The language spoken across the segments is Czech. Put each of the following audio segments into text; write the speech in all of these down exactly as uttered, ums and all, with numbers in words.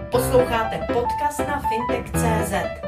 Posloucháte podcast na fintech tečka cé zet.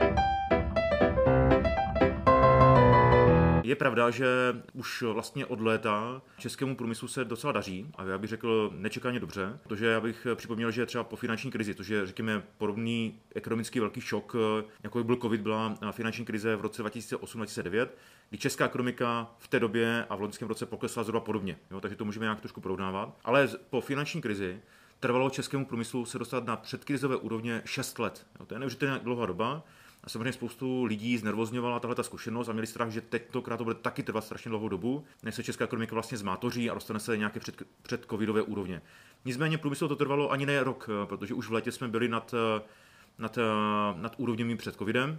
Je pravda, že už vlastně od léta českému průmyslu se docela daří, a já bych řekl nečekaně dobře, protože já bych připomněl, že třeba po finanční krizi, to je, řekněme, podobný ekonomický velký šok, jako byl covid, byla finanční krize v roce dva tisíce osm dva tisíce devět, kdy česká ekonomika v té době a v loňském roce poklesla zhruba podobně, jo, takže to můžeme nějak trošku porovnávat. Ale po finanční krizi trvalo českému průmyslu se dostat na předkrizové úrovně šest let. Jo, to je neuvěřitelně dlouhá doba. A samozřejmě spoustu lidí znervozňovala tahle ta zkušenost a měli strach, že tentokrát to bude taky trvat strašně dlouhou dobu, než se česká ekonomika vlastně zmátoří a dostane se nějaké před, před covidové úrovně. Nicméně průmyslu to trvalo ani ne rok, protože už v létě jsme byli nad, nad, nad úrovněmi před covidem.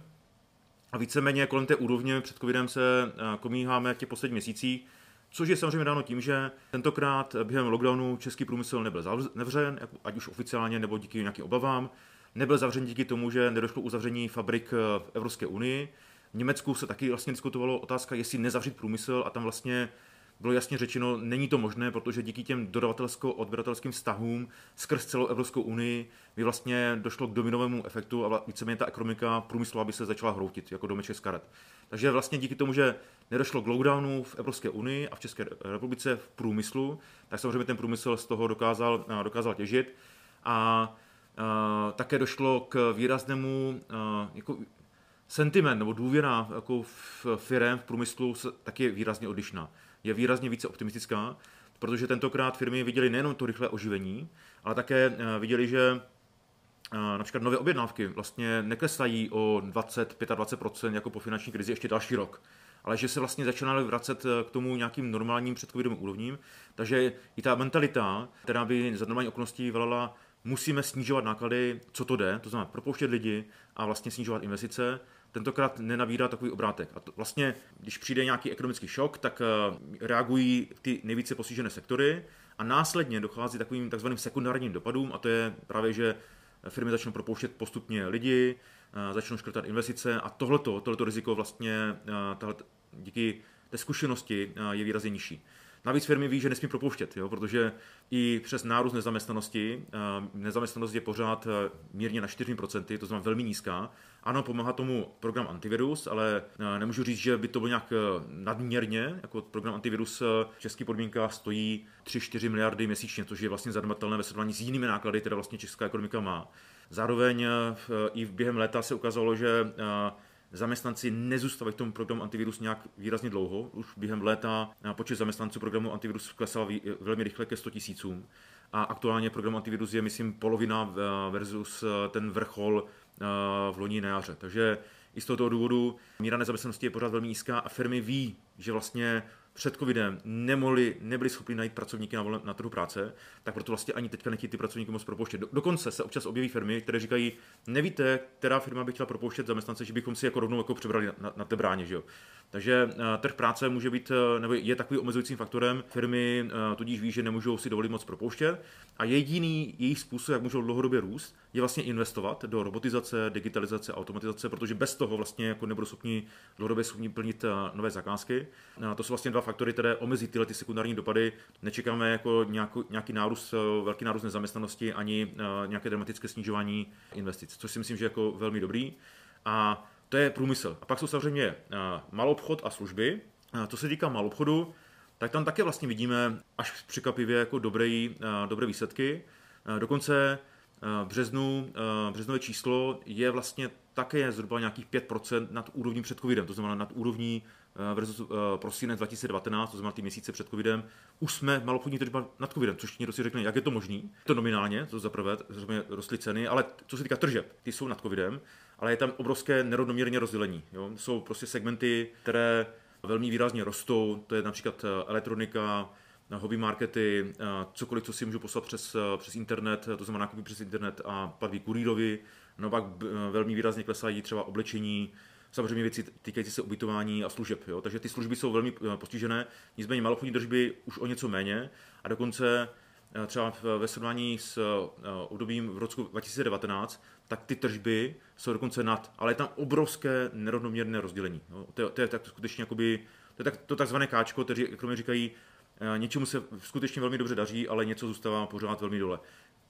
A víceméně kolem té úrovně před covidem se komíháme v těch posledních měsících, což je samozřejmě dáno tím, že tentokrát během lockdownu český průmysl nebyl zavřen, ať už oficiálně nebo díky nějakým obavám. Nebyl zavřen díky tomu, že nedošlo k uzavření fabrik v Evropské unii. V Německu se taky vlastně diskutovalo otázka, jestli nezavřít průmysl, a tam vlastně bylo jasně řečeno, není to možné, protože díky těm dodavatelsko-odběratelským vztahům skrz celou Evropskou unii by vlastně došlo k dominovému efektu a víceméně ta ekonomika průmyslová by se začala hroutit jako domeček z karet. Takže vlastně díky tomu, že nedošlo k lockdownu v Evropské unii a v České republice v průmyslu, tak samozřejmě ten průmysl z toho dokázal, dokázal těžit. A Uh, také došlo k výraznému uh, jako sentiment nebo důvěra jako v firem v průmyslu taky je výrazně odlišná. Je výrazně více optimistická, protože tentokrát firmy viděly nejenom to rychlé oživení, ale také uh, viděli, že uh, například nové objednávky vlastně neklesají o dvacet až dvacet pět procent jako po finanční krizi ještě další rok, ale že se vlastně začínaly vracet k tomu nějakým normálním předcovidovým úrovním. Takže i ta mentalita, která by za normální okolností velala, musíme snižovat náklady, co to jde, to znamená propouštět lidi a vlastně snižovat investice, tentokrát nenabírá takový obrátek. A to vlastně, když přijde nějaký ekonomický šok, tak reagují ty nejvíce postižené sektory a následně dochází takovým takzvaným sekundárním dopadům, a to je právě, že firmy začnou propouštět postupně lidi, začnou škrtat investice a tohleto, tohleto riziko vlastně tato, díky té zkušenosti je výrazně nižší. Navíc firmy ví, že nesmí propouštět, jo, protože i přes nárůst nezaměstnanosti, nezaměstnanost je pořád mírně na čtyři procenta, to znamená velmi nízká. Ano, pomáhá tomu program antivirus, ale nemůžu říct, že by to bylo nějak nadměrně, jako program antivirus v českých podmínkách stojí tři až čtyři miliardy měsíčně, což je vlastně zanedbatelné ve srovnání s jinými náklady, které vlastně česká ekonomika má. Zároveň i během léta se ukázalo, že zaměstnanci nezůstávají v tom programu antivirus nějak výrazně dlouho. Už během léta počet zaměstnanců programu antivirus klesal velmi rychle ke sto tisícům. A aktuálně program antivirus je, myslím, polovina versus ten vrchol v loni na jaře. Takže i z tohoto důvodu míra nezaměstnanosti je pořád velmi nízká a firmy ví, že vlastně před covidem nemohli, nebyli schopni najít pracovníky na, na trhu práce, tak proto vlastně ani teďka nechtějí ty pracovníky moc propouštět. Do, dokonce se občas objeví firmy, které říkají, nevíte, která firma by chtěla propouštět zaměstnance, že bychom si jako rovnou jako přebrali na, na té bráně, že jo. Takže uh, trh práce může být, nebo je takový omezujícím faktorem. Firmy uh, tudíž ví, že nemůžou si dovolit moc propouštět a jediný jejich způsob, jak můžou dlouhodobě růst, je vlastně investovat do robotizace, digitalizace, automatizace, protože bez toho vlastně jako nebudou schopni dlouhodobě schopni plnit uh, nové zakázky. Uh, to jsou vlastně dva faktory, které omezí tyhle ty sekundární dopady. Nečekáme jako nějakou, nějaký nárůst, velký nárůst nezaměstnanosti ani uh, nějaké dramatické snižování investic, což si myslím, že je jako velmi dobrý. A to je průmysl. A pak jsou samozřejmě uh, maloobchod a služby. Uh, co se týká maloobchodu, tak tam také vlastně vidíme až překvapivě jako dobré, uh, dobré výsledky. Uh, dokonce v březnu, uh, březnové číslo je vlastně také zhruba nějakých pět procent nad úrovní před covidem, to znamená nad úrovní versus uh, prosinec dva tisíce devatenáct, to znamená ty měsíce před covidem, už jsme maloobchodní tržba nad covidem, což někdo si řekne, jak je to možný. To nominálně, to zaprvé, rostly ceny, ale co se týká tržeb, ty jsou nad covidem, ale je tam obrovské nerovnoměrně rozdělení. Jo? Jsou prostě segmenty, které velmi výrazně rostou, to je například elektronika, hobby markety, cokoliv, co si můžu poslat přes, přes internet, to znamená nákupy přes internet a platby kurýrovi. No pak velmi výrazně klesají třeba oblečení, samozřejmě věci týkající se ubytování a služeb. Jo? Takže ty služby jsou velmi postižené, nicméně maloobchodní tržby už o něco méně a dokonce třeba ve srovnání s obdobím v roce dva tisíce devatenáct, tak ty tržby jsou dokonce nad, ale je tam obrovské nerovnoměrné rozdělení. Jo? To, je, to je tak skutečně jakoby, to je tak, to takzvané káčko, kteří ekonomii říkají, něčemu se skutečně velmi dobře daří, ale něco zůstává pořád velmi dole.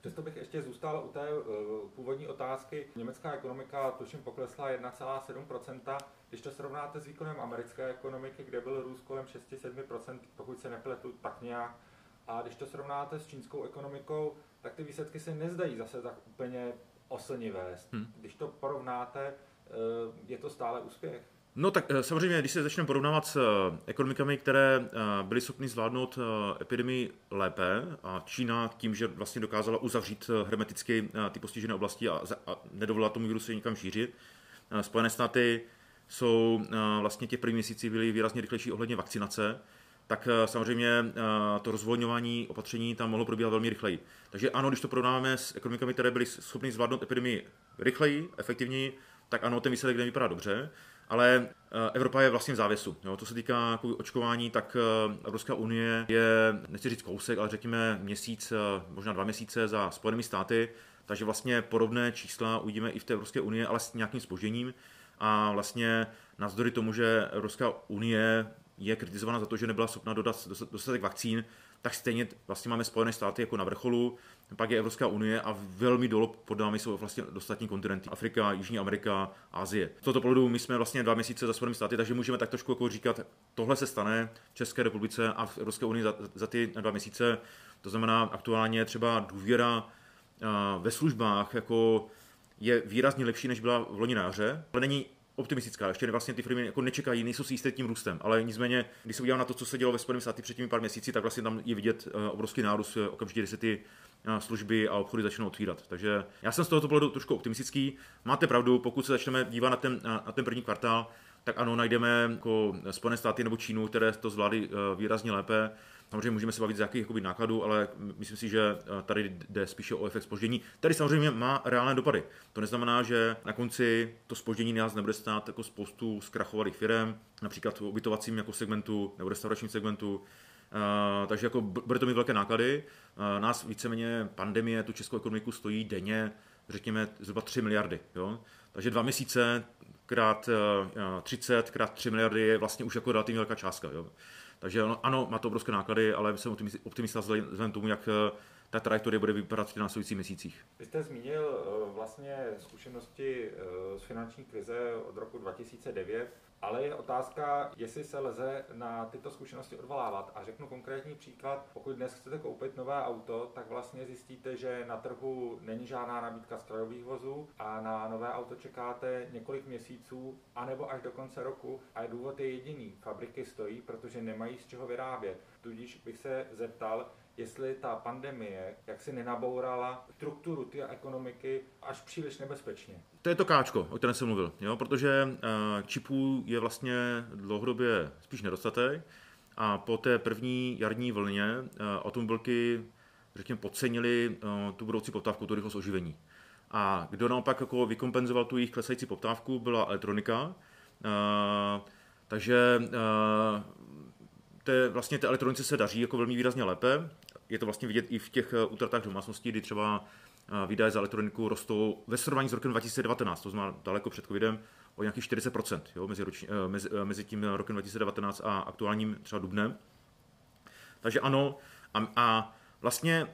Přesto bych ještě zůstal u té uh, původní otázky. Německá ekonomika tuším poklesla jedna celá sedm procenta. Když to srovnáte s výkonem americké ekonomiky, kde byl růst kolem šest až sedm procent, pokud se nepletu, tak nějak. A když to srovnáte s čínskou ekonomikou, tak ty výsledky se nezdají zase tak úplně oslnivé. Hmm. Když to porovnáte, uh, je to stále úspěch. No tak samozřejmě, když se začneme porovnávat s ekonomikami, které byly schopny zvládnout epidemii lépe a Čína tím, že vlastně dokázala uzavřít hermeticky ty postižené oblasti a, a nedovolila tomu virusu se nikam šířit. Spojené státy jsou vlastně těch prvních měsících byly výrazně rychlejší ohledně vakcinace, tak samozřejmě to rozvolňování opatření tam mohlo probíhat velmi rychleji. Takže ano, když to porovnáme s ekonomikami, které byly schopny zvládnout epidemii rychleji, efektivněji, tak ano, ten výsledek nevypadá dobře. Ale Evropa je vlastně v závěsu. Jo. To se týká jako očkování, tak Evropská unie je, nechci říct kousek, ale řekněme měsíc, možná dva měsíce za Spojenými státy, takže vlastně podobné čísla uvidíme i v té Evropské unii, ale s nějakým zpožděním. A vlastně navzdory tomu, že Evropská unie je kritizována za to, že nebyla schopna dodat dostatek vakcín, tak stejně vlastně máme Spojené státy jako na vrcholu, pak je Evropská unie a velmi dolo pod námi jsou vlastně ostatní kontinenty. Afrika, Jižní Amerika, Asie. Z tohoto pohledu my jsme vlastně dva měsíce za Spojenými státy, takže můžeme tak trošku jako říkat, tohle se stane v České republice a v Evropské unii za, za ty dva měsíce. To znamená aktuálně třeba důvěra ve službách jako je výrazně lepší, než byla v loni na jaře, ale není optimistická. Ještě vlastně ty firmy jako nečekají, nejsou si jisté tím růstem, ale nicméně, když se podívám na to, co se dělo ve Spojených státech před těmi pár měsíci, tak vlastně tam je vidět obrovský nárůst okamžitě, kdy se ty služby a obchody začnou otvírat. Takže já jsem z tohoto pohledu trošku optimistický. Máte pravdu, pokud se začneme dívat na ten, na ten první kvartál, tak ano, najdeme jako Spojené státy nebo Čínu, které to zvládly výrazně lépe. Samozřejmě můžeme se bavit z jakých jakoby, nákladů, ale myslím si, že tady jde spíše o efekt zpoždění. Tady samozřejmě má reálné dopady. To neznamená, že na konci to zpoždění nás nebude stát jako spoustu zkrachovalých firm, například v ubytovacím jako segmentu nebo restauračním segmentu. Uh, takže jako bude to mít velké náklady. Uh, nás víceméně pandemie tu českou ekonomiku stojí denně, řekněme, zhruba tři miliardy. Jo? Takže dva měsíce krát uh, třicet krát tři miliardy je vlastně už jako relativně velká částka. Jo? Takže ano, má to obrovské náklady, ale jsem optimista vzhledem tomu, jak ta trajektorie bude vypadat v těch následujících měsících. Vy jste zmínil vlastně zkušenosti z finanční krize od roku dva tisíce devět, ale je otázka, jestli se lze na tyto zkušenosti odvolávat. A řeknu konkrétní příklad. Pokud dnes chcete koupit nové auto, tak vlastně zjistíte, že na trhu není žádná nabídka strojových vozů a na nové auto čekáte několik měsíců anebo až do konce roku. A důvod je jediný. Fabriky stojí, protože nemají z čeho vyrábět. Tudíž bych se zeptal, jestli ta pandemie jaksi nenabourala strukturu té ekonomiky až příliš nebezpečně. To je to káčko, o kterém jsem mluvil, jo? Protože uh, čipů je vlastně dlouhodobě spíš nedostatek a po té první jarní vlně uh, automobilky, řekněme, podcenili uh, tu budoucí poptávku, tu rychlost oživení. A kdo naopak jako vykompenzoval tu jejich klesající poptávku, byla elektronika. Uh, takže uh, Té, vlastně té elektronice se daří jako velmi výrazně lépe. Je to vlastně vidět i v těch útratách domácností, kdy třeba výdaje za elektroniku rostou ve srovnání s rokem dva tisíce devatenáct, to znamená daleko před covidem, o nějakých čtyřicet procent, jo, mezi, roční, mezi, mezi tím rokem dva tisíce devatenáct a aktuálním třeba dubnem. Takže ano, a, a vlastně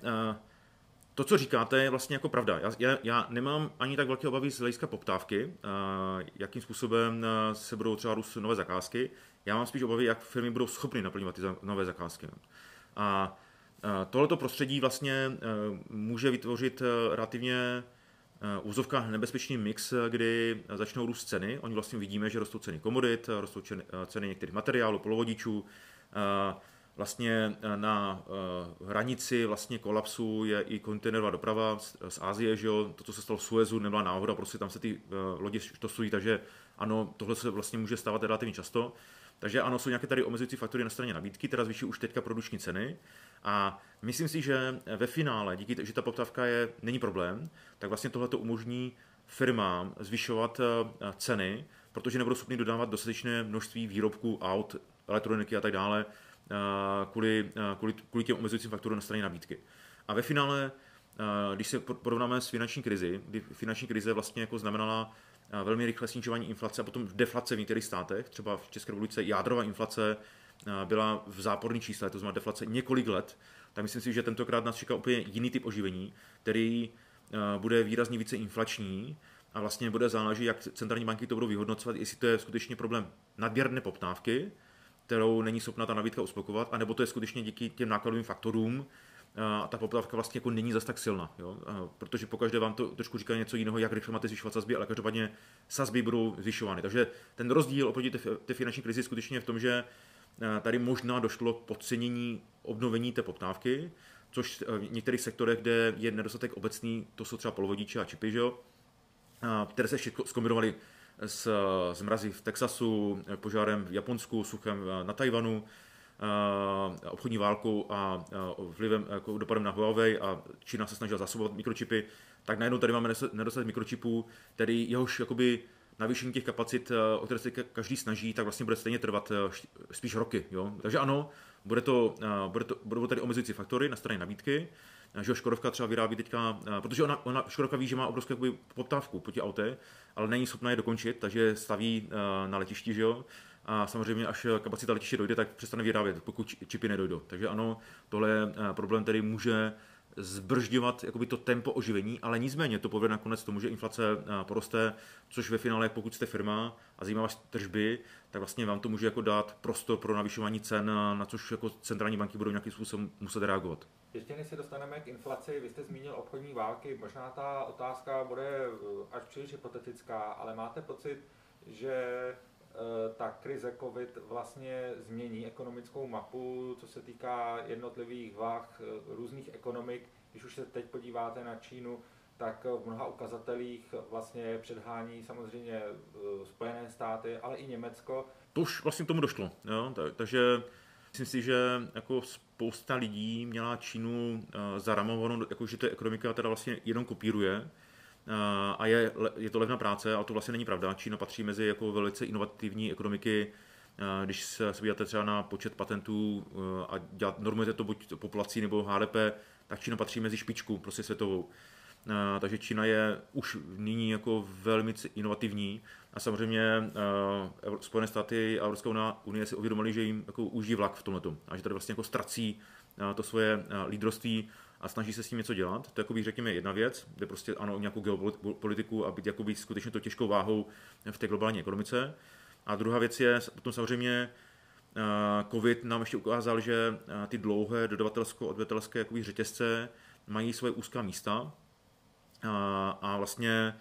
to, co říkáte, je vlastně jako pravda. Já, já, já nemám ani tak velké obavy z hlediska poptávky, jakým způsobem se budou třeba růst nové zakázky. Já mám spíš obavy, jak firmy budou schopny naplňovat ty nové zakázky. A tohleto prostředí vlastně může vytvořit relativně v úzovkách nebezpečný mix, kdy začnou růst ceny. Oni vlastně vidíme, že rostou ceny komodit, rostou ceny některých materiálů, polovodičů. Vlastně na hranici vlastně kolapsu je i kontejnerová doprava z Asie, že jo? To, co se stalo v Suezu, nebyla náhoda, prostě tam se ty lodi štosují, takže ano, tohle se vlastně může stávat relativně často. Takže ano, jsou nějaké tady omezující faktory na straně nabídky, teda zvýší už teďka produkční ceny. A myslím si, že ve finále, díky tomu, že ta poptávka je, není problém, tak vlastně tohle to umožní firmám zvyšovat ceny, protože nebudou schopni dodávat dostatečné množství výrobků, aut, elektroniky a tak dále, kvůli, kvůli, kvůli těm omezujícím faktorům na straně nabídky. A ve finále, když se porovnáme s finanční krizi, kdy finanční krize vlastně jako znamenala velmi rychlé snižování inflace a potom deflace v některých státech, třeba v České republice jádrová inflace byla v záporných čísle, to znamená deflace několik let, tak myslím si, že tentokrát nás čeká úplně jiný typ oživení, který bude výrazně více inflační a vlastně bude záležet, jak centrální banky to budou vyhodnocovat, jestli to je skutečně problém nadměrné poptávky, kterou není schopná ta nabídka uspokojovat, anebo to je skutečně díky těm nákladovým faktorům a ta poptávka vlastně jako není zas tak silná, jo? Protože pokaždé vám to trošku říká něco jiného, jak rychle máte zvyšovat sazby, ale každopádně sazby budou zvyšovány. Takže ten rozdíl oproti té, té finanční krizi je skutečně v tom, že tady možná došlo k podcenění obnovení té poptávky, což v některých sektorech, kde je nedostatek obecný, to jsou třeba polovodiče a čipy, že jo? Které se ještě zkombinovaly s, s mrazy v Texasu, požárem v Japonsku, suchem na Tajvanu, obchodní válkou a vlivem, jako dopadem na Huawei a Čína se snažila zásobovat mikročipy, tak najednou tady máme nedostatek mikročipů, který jehož jakoby navýšení těch kapacit, o které se každý snaží, tak vlastně bude stejně trvat spíš roky. Jo? Takže ano, bude to, bude to, budou tady omezující faktory na straně nabídky, že Škodovka třeba vyrábí teďka, protože ona, ona Škodovka ví, že má obrovskou jakoby poptávku po těch autech, ale není schopná je dokončit, takže staví na letišti, že jo. A samozřejmě, až kapacita letiště dojde, tak přestane vyrábět, pokud čipy nedojdou. Takže ano, tohle je problém, který může zbržďovat jakoby to tempo oživení, ale nicméně to povede nakonec tomu, že inflace poroste, což ve finále, pokud jste firma a zajímá vás tržby, tak vlastně vám to může jako dát prostor pro navyšování cen, na což jako centrální banky budou nějakým způsobem muset reagovat. Ještě než se dostaneme k inflaci, vy jste zmínil obchodní války, možná ta otázka bude až příliš hypotetická, ale máte pocit, že ta krize COVID vlastně změní ekonomickou mapu, co se týká jednotlivých vah různých ekonomik. Když už se teď podíváte na Čínu, tak v mnoha ukazatelích vlastně předhání samozřejmě Spojené státy, ale i Německo. To už vlastně k tomu došlo. Jo? Takže myslím si, že jako spousta lidí měla Čínu zaramovanou, jako že to je ekonomika, která vlastně jenom kopíruje. A je, je to levná práce, ale to vlastně není pravda. Čína patří mezi jako velice inovativní ekonomiky. Když se podíváte třeba na počet patentů a dělat, normujete to buď populací nebo H D P, tak Čína patří mezi špičku prostě světovou. Takže Čína je už nyní jako velmi inovativní a samozřejmě Spojené státy a Evropská unie si uvědomili, že jim jako uží vlak v tomhletom a že tady vlastně jako ztrací to svoje lídrovství a snaží se s tím něco dělat. To je, jakoby, řekněme, jedna věc, kde prostě ano, nějakou geopolitiku a být jakoby skutečně to těžkou váhou v té globální ekonomice. A druhá věc je, potom samozřejmě COVID nám ještě ukázal, že ty dlouhé dodavatelsko-odběratelské jakoby řetězce mají svoje úzká místa a, a vlastně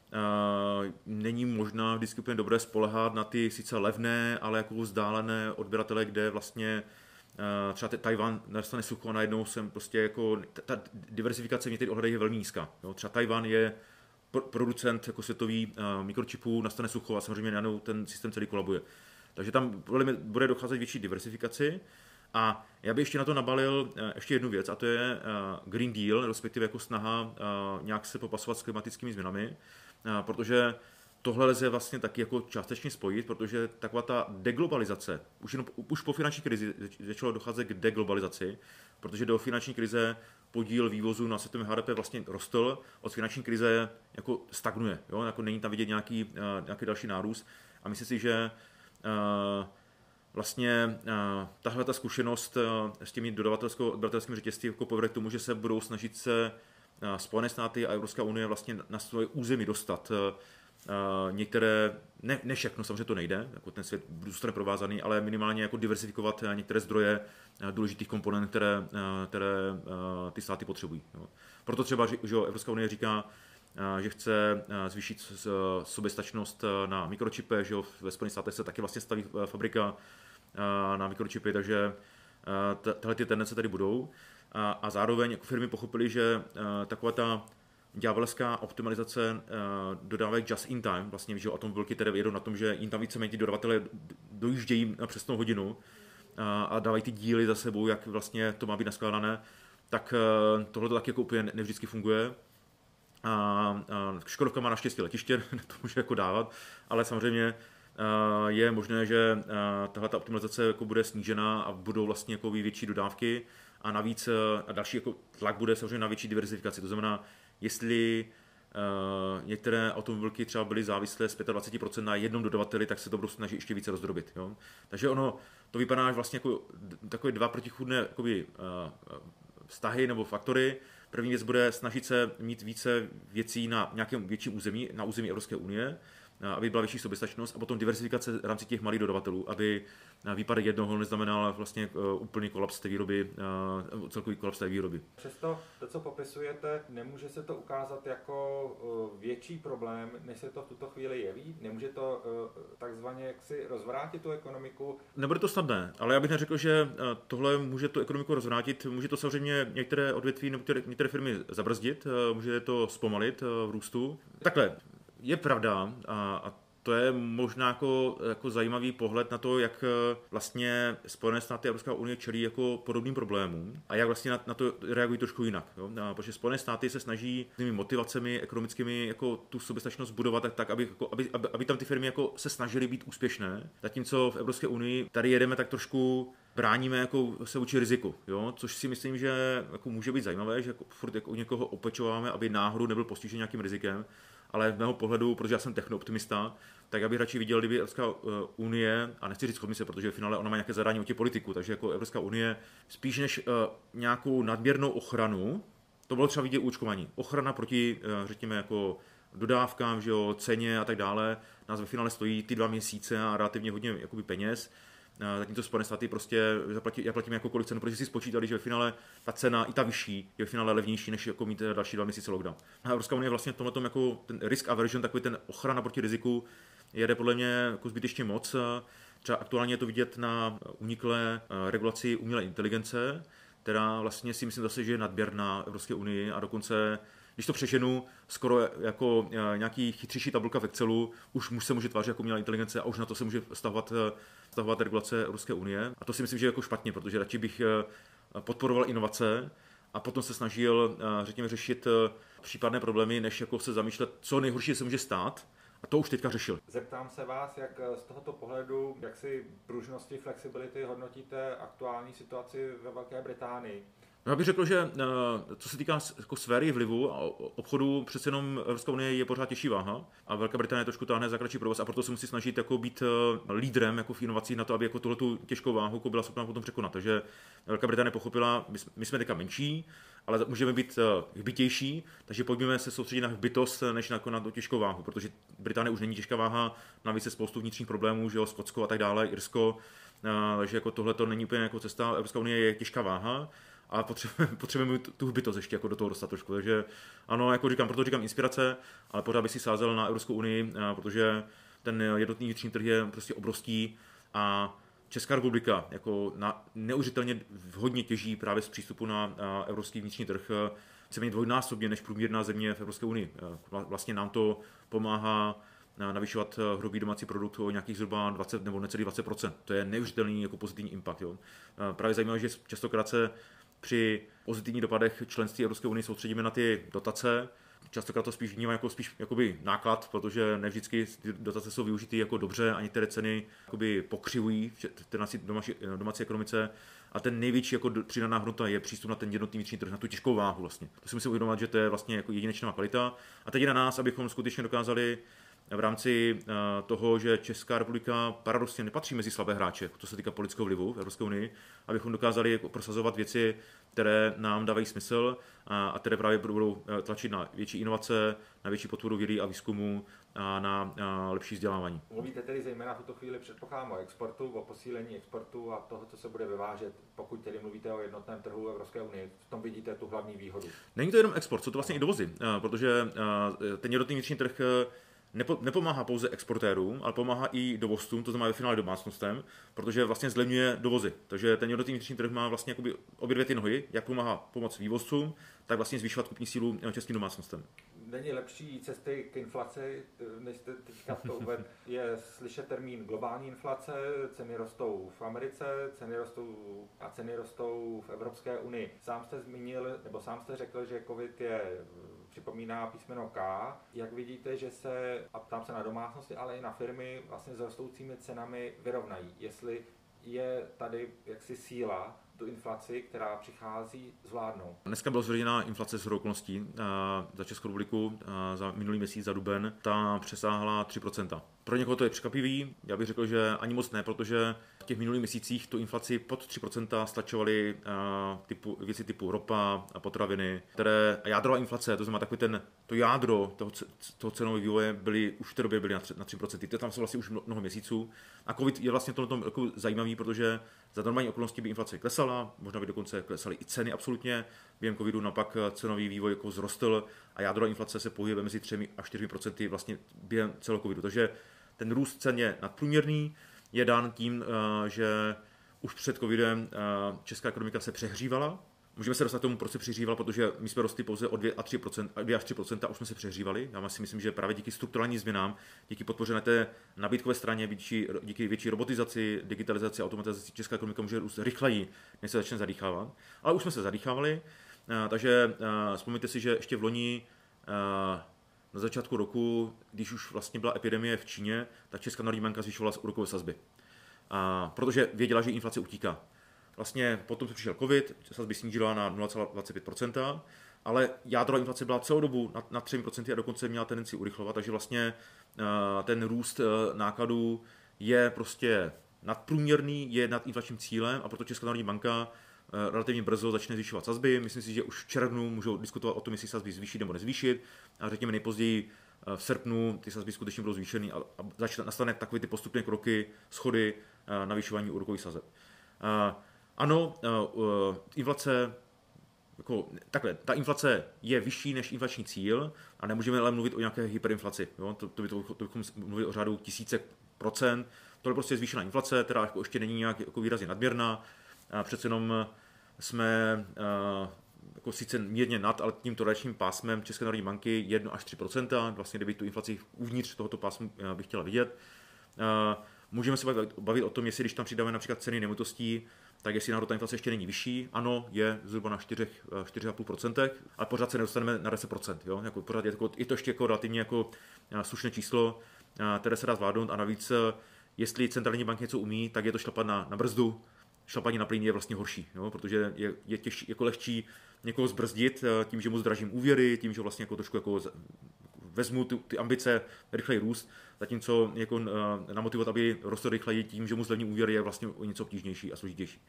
a, není možná vždycky úplně dobré spolehat na ty sice levné, ale jako vzdálené odběratele, kde vlastně Uh, třeba Tajvan nastane sucho a najednou jsem prostě jako, ta, ta diversifikace v některých ohledech je velmi nízká. Jo? Třeba Tajvan je pro, producent jako světový uh, mikročipů, nastane sucho a samozřejmě najednou ten systém celý kolabuje. Takže tam bude docházet větší diversifikaci a já bych ještě na to nabalil uh, ještě jednu věc a to je uh, Green Deal, respektive jako snaha uh, nějak se popasovat s klimatickými změnami, uh, protože tohle lze vlastně taky jako částečně spojit, protože taková ta deglobalizace, už, jenom, už po finanční krizi začalo docházet k deglobalizaci, protože do finanční krize podíl vývozu na světovém H D P vlastně rostl, od finanční krize jako stagnuje, jo? Jako není tam vidět nějaký, uh, nějaký další nárůst a myslím si, že uh, vlastně uh, tahle ta zkušenost uh, s těmi dodavatelsko-odběratelskými řetězci jako povede k tomu, že se budou snažit se uh, Spojené státy a Evropská unie vlastně na svoje území dostat. Uh, Uh, některé, ne, ne všechno, samozřejmě to nejde, jako ten svět zůstane provázaný, ale minimálně jako diversifikovat některé zdroje uh, důležitých komponent, které, uh, které uh, ty státy potřebují. Jo. Proto třeba, že, že Evropská unie říká, uh, že chce uh, zvýšit s, uh, soběstačnost uh, na mikročipy, že jo, ve Spojených státech se taky vlastně staví uh, fabrika uh, na mikročipy, takže uh, tyhle ty tendence tady budou. A, a zároveň jako firmy pochopily, že uh, taková ta ďábelská optimalizace uh, dodávek just in time, vlastně, že automobilky tedy jedou na tom, že jim tam víceméně ti dodavatelé dojíždějí na přesnou hodinu uh, a dávají ty díly za sebou, jak vlastně to má být naskládané, tak uh, tohle to taky jako úplně nevždycky funguje. A, a Škodovka má naštěstí letiště, to může jako dávat, ale samozřejmě uh, je možné, že uh, tahle ta optimalizace jako bude snížena a budou vlastně jako větší dodávky a navíc uh, a další jako tlak bude samozřejmě na větší diversifikaci. To znamená, jestli Uh, některé automobilky třeba byly závislé z dvacet pět procent na jednom dodavateli, tak se to budou snažit ještě více rozdrobit. Jo? Takže ono, to vypadá vlastně jako takové dva protichůdné jakoby, uh, vztahy nebo faktory. První věc bude snažit se mít více věcí na nějakém větším území, na území Evropské unie, aby byla větší soběstačnost, a potom diversifikace v rámci těch malých dodavatelů, aby výpadek jednoho neznamenal vlastně úplný kolaps té výroby, celkový kolaps té výroby. Přesto to, co popisujete, nemůže se to ukázat jako větší problém, než se to v tuto chvíli jeví? Nemůže to takzvaně jaksi rozvrátit tu ekonomiku? Nebude to snadné, ale já bych neřekl, že tohle může tu ekonomiku rozvrátit. Může to samozřejmě některé odvětví nebo některé firmy zabrzdit, může to zpomalit v růstu. Takhle. Je pravda, a, a to je možná jako, jako zajímavý pohled na to, jak vlastně Spojené státy a Evropská unie čelí jako podobným problémům a jak vlastně na, na to reagují trošku jinak. Jo? A protože Spojené státy se snaží těmi motivacemi ekonomickými jako tu soběstačnost budovat tak, tak aby, jako, aby, aby, aby tam ty firmy jako se snažily být úspěšné, zatímco v Evropské unii tady jedeme tak trošku bráníme jako se vůči riziku, jo? Což si myslím, že jako může být zajímavé, že jako furt jako u někoho opečováme, aby náhodou nebyl postižen nějakým rizikem. Ale z mého pohledu, protože já jsem technooptimista, tak já bych radši viděl, kdyby Evropská unie, a nechci říct komise, protože v finále ona má nějaké zadání o těch politiků, takže jako Evropská unie spíš než uh, nějakou nadměrnou ochranu, to bylo třeba vidět u očkování, ochrana proti, uh, řekněme, jako dodávkám, že jo, ceně a tak dále, nás ve finále stojí ty dva měsíce a relativně hodně jakoby peněz. Zatímco Spojené státy prostě zaplatí, já platím jakoukoliv cenu, protože si spočítali, že ve finále ta cena i ta vyšší je ve finále levnější, než jako mít další dva měsíce lockdown. A Evropská unie vlastně v tomhletom jako ten risk aversion, takový ten ochrana proti riziku, jede podle mě jako zbytečně moc. Třeba aktuálně je to vidět na uniklé regulaci umělé inteligence, která vlastně si myslím zase, že je nadběrná Evropské unii a dokonce když to přeženu, skoro jako nějaký chytřejší tabulka v Excelu už se může tvářit jako umělá inteligence a už na to se může stahovat, stahovat regulace Evropské unie. A to si myslím, že je jako špatně, protože radši bych podporoval inovace a potom se snažil, řekněme, řešit případné problémy, než jako se zamýšlet, co nejhorší se může stát. A to už teďka řešil. Zeptám se vás, jak z tohoto pohledu, jak si pružnosti, flexibility hodnotíte aktuální situaci ve Velké Británii? Já bych řekl, že co se týká jako sféry vlivu a obchodu, přece jenom Evropská unie je pořád těžší váha a Velká Británie trošku táhne za kratší provoz a proto se musí snažit jako být lídrem jako v inovacích na to, aby jako tuhletu těžkou váhu jako byla schopná potom překonat. Takže Velká Británie pochopila, my jsme teďka menší, ale můžeme být hbitější, takže pojďme se soustředit na hbitost, než na, na tu těžkou váhu, protože Británie už není těžká váha, navíc je spoustu vnitřních problémů, že jo, Skotsko a tak dále, Irsko, takže jako tohle to není úplně jako cesta. Evropská unie je těžká váha. A potřebujeme, potřebujeme tu hbitost ještě jako do toho dostat trošku. Takže ano, jako říkám, proto říkám inspirace, ale pořád bych si sázel na Evropskou unii, protože ten jednotný vnitřní trh je prostě obrovský a Česká republika jako na neuvěřitelně hodně těží právě z přístupu na evropský vnitřní trh. Chceme mít dvojnásobně než průměrná země v Evropské unii. Vlastně nám to pomáhá navyšovat hrubý domácí produkt o nějakých zhruba dvacet nebo necelých dvacet procent. To je neuvěřitelný jako pozitivní impact. Jo. Právě zajímavé, že častokrát se při pozitivních dopadech členství Evropské unie soustředíme na ty dotace. Častokrát to spíš vnímám jako spíš jakoby náklad, protože ne vždycky ty dotace jsou využity jako dobře, ani některé ceny jakoby pokřivují v té domácí, domácí ekonomice. A ten největší jako přidaná hodnota je přístup na ten jednotný vnitřní trh, na tu těžkou váhu vlastně. To si musím uvědomit, že to je vlastně jako jedinečná kvalita. A teď je na nás, abychom skutečně dokázali v rámci toho, že Česká republika paradoxně nepatří mezi slabé hráče, co se týká politického vlivu v Evropské unii, abychom dokázali prosazovat věci, které nám dávají smysl a které právě budou tlačit na větší inovace, na větší podporu vědy a výzkumu a na, na lepší vzdělávání. Mluvíte tedy zejména v tuto chvíli předpokládám o exportu, o posílení exportu a toho, co se bude vyvážet, pokud tedy mluvíte o jednotném trhu Evropské unie. V tom vidíte tu hlavní výhodu. Není to jenom export, jsou to vlastně i dovozy, protože ten jednotný vnitřní trh nepomáhá pouze exportérům, ale pomáhá i dovozcům, to znamená ve finále domácnostem, protože vlastně zlevňuje dovozy. Takže ten jednotný vnitřní trh má vlastně jakoby obě dvě ty nohy, jak pomáhá pomoct vývozcům, tak vlastně zvyšovat kupní sílu českým domácnostem. Není lepší cesty k inflaci, než jste teďka to uvedl, je slyšet termín globální inflace, ceny rostou v Americe, ceny rostou a ceny rostou v Evropské unii. Sám jste zmínil, nebo sám jste řekl, že COVID je připomíná písmeno K. Jak vidíte, že se, a ptám se na domácnosti, ale i na firmy, vlastně s rostoucími cenami vyrovnají? Jestli je tady jaksi síla tu inflaci, která přichází, zvládnou? Dneska byla zveřejněná inflace s okolností za Českou republiku za minulý měsíc, za duben, ta přesáhla tři procenta. Pro někoho to je překvapivý, já bych řekl, že ani moc ne, protože v těch minulých měsících tu inflaci pod tři procenta stlačovaly typu, věci typu ropa a potraviny, které a jádrová inflace, to znamená takový ten, to jádro toho, toho cenového vývoje byly už v té době byly na tři procenta. To tam jsou vlastně už mnoho měsíců. A covid je vlastně to jako zajímavý, protože za normální okolnosti by inflace klesala, možná by dokonce klesaly i ceny absolutně. Během covidu napak cenový vývoj jako zrostl a jádrová inflace se pohybuje mezi třemi a čtyřmi procenty vlastně během celého covidu. Takže ten růst cen je nadprůměrný, je dán tím, že už před covidem česká ekonomika se přehřívala. Můžeme se dostat k tomu, proč se přehřívala, protože my jsme rostli pouze o dvě až tři procenta a už jsme se přehřívali. Já si myslím, že právě díky strukturálním změnám, díky podpoře na té nabídkové straně, díky větší robotizaci, digitalizaci, automatizaci česká ekonomika může růst rychleji, než se začne zadýchávat. Ale už jsme se zadýchávali, takže vzpomeňte si, že ještě v loni na začátku roku, když už vlastně byla epidemie v Číně, tak Česká národní banka zvyšovala úrokové sazby. A protože věděla, že inflace utíká. Vlastně potom se přišel covid, sazby snížila na nula celá dvacet pět procenta, ale jádrová inflace byla celou dobu na, na tři procenta a dokonce měla tendenci urychlovat, takže vlastně ten růst nákladů je prostě nadprůměrný, je nad inflačním cílem a proto Česká národní banka relativně brzo začne zvyšovat sazby. Myslím si, že už v červnu můžou diskutovat o tom, jestli sazby zvýšit nebo nezvýšit. A řekněme nejpozději v srpnu ty sazby skutečně budou zvýšeny a začne nastane takové ty postupné kroky, schody navyšování úrokových sazeb. Ano, inflace, jako, takhle, ta inflace je vyšší než inflační cíl a nemůžeme ale mluvit o nějaké hyperinflaci. Jo? To, to, by to, to bychom mluvili o řádu tisíce procent. Tohle prostě je zvýšená inflace, která jako ještě není nějak jako výrazně nadměrná. A přece jenom jsme jako sice mírně nad, ale tím tolerančním pásmem České národní banky jedna až tři procenta. Vlastně, kdyby tu inflaci uvnitř tohoto pásmu bych chtěla vidět. Můžeme se bavit o tom, jestli když tam přidáme například ceny nemovitostí, tak jestli náhodou ta inflace ještě není vyšší. Ano, je zhruba na čtyři až čtyři celá pět procenta, ale pořád se nedostaneme na deset procent. Jo? Jako pořád je, to, je to ještě jako relativně jako slušné číslo, které se dá zvládnout a navíc, jestli centrální bank něco umí, tak je to šlapat na, na brzdu. Šlapání na plyn je vlastně horší, jo? Protože je, je těžší, jako lehčí někoho zbrzdit tím, že mu zdražím úvěry, tím, že vlastně jako trošku jako vezmu ty, ty ambice rychleji růst, zatímco jako namotivovat, aby rostl rychleji tím, že mu zlevní úvěry, je vlastně o něco obtížnější a složitější.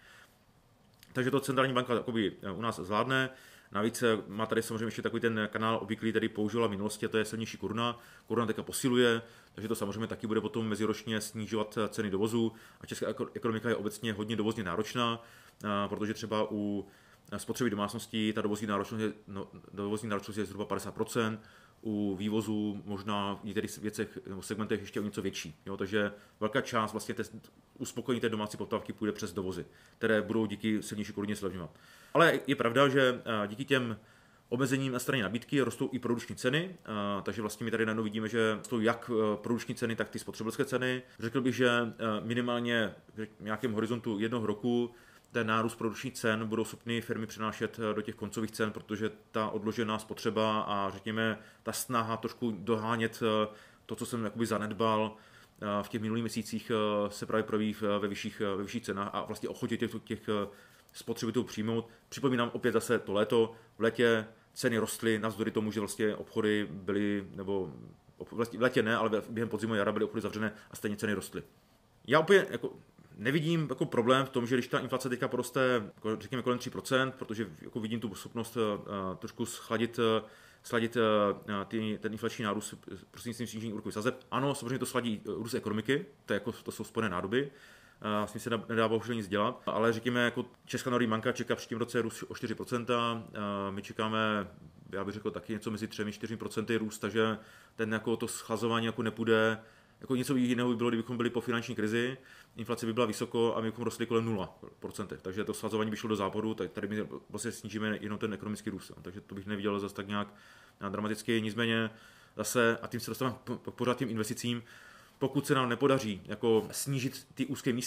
Takže to centrální banka jakoby u nás zvládne. Navíc má tady samozřejmě ještě takový ten kanál obvyklý, který použila v minulosti, a to je silnější koruna. Koruna teďka posiluje, takže to samozřejmě taky bude potom meziročně snižovat ceny dovozu. A česká ekonomika je obecně hodně dovozně náročná, protože třeba u spotřeby domácností ta dovozní náročnost je, no, dovozní náročnost je zhruba padesát procent, u vývozu možná v některých věcech nebo segmentech ještě o něco větší. Jo? Takže velká část vlastně té, uspokojení té domácí poptávky půjde přes dovozy, které budou díky silnější koruně zlevňovat. Ale je pravda, že díky těm omezením na straně nabídky rostou i produkční ceny, takže vlastně my tady najednou vidíme, že rostou jak produkční ceny, tak ty spotřebitelské ceny. Řekl bych, že minimálně v nějakém horizontu jednoho roku ten nárůst produkčních cen budou schopny firmy přenášet do těch koncových cen, protože ta odložená spotřeba a řekněme ta snaha trošku dohánět to, co jsem jakoby zanedbal v těch minulých měsících, se právě projeví ve vyšších, ve vyšších cenách a vlastně ochotě těch, těch spotřebitelů přijmout. Připomínám opět zase to léto, v létě ceny rostly navzdory tomu, že vlastně obchody byly, nebo vlastně v létě ne, ale během podzimu jara byly obchody zavřené a stejně ceny rostly. Já opět jako nevidím jako problém v tom, že když ta inflace teďka poroste, řekněme kolem tři procenta, protože jako vidím tu schopnost uh, trošku schladit, uh, schladit uh, ty, ten inflační nárůst prostřednictvím snížení úrokových sazeb. Ano, samozřejmě to schladí růst ekonomiky, to, je jako, to jsou spojené nádoby. Uh, s tím se nedá bohužel nic dělat, ale řekněme, jako Česká národní banka čeká v příštím roce růst o čtyři procenta, uh, my čekáme, já bych řekl taky něco mezi tři až čtyři procenta růst, takže ten jako to schlazování jako nepůjde. Jako něco jiného by bylo, kdybychom byli po finanční krizi, inflace by byla vysoko a my bychom rostli kolem nula procent. Takže to slazování by šlo do záporu, tak tady my vlastně snížíme jenom ten ekonomický růst. Takže to bych neviděl zase tak nějak dramaticky. Nicméně zase, a tím se dostávám pořád těm investicím, pokud se nám nepodaří jako snížit ty úzké místa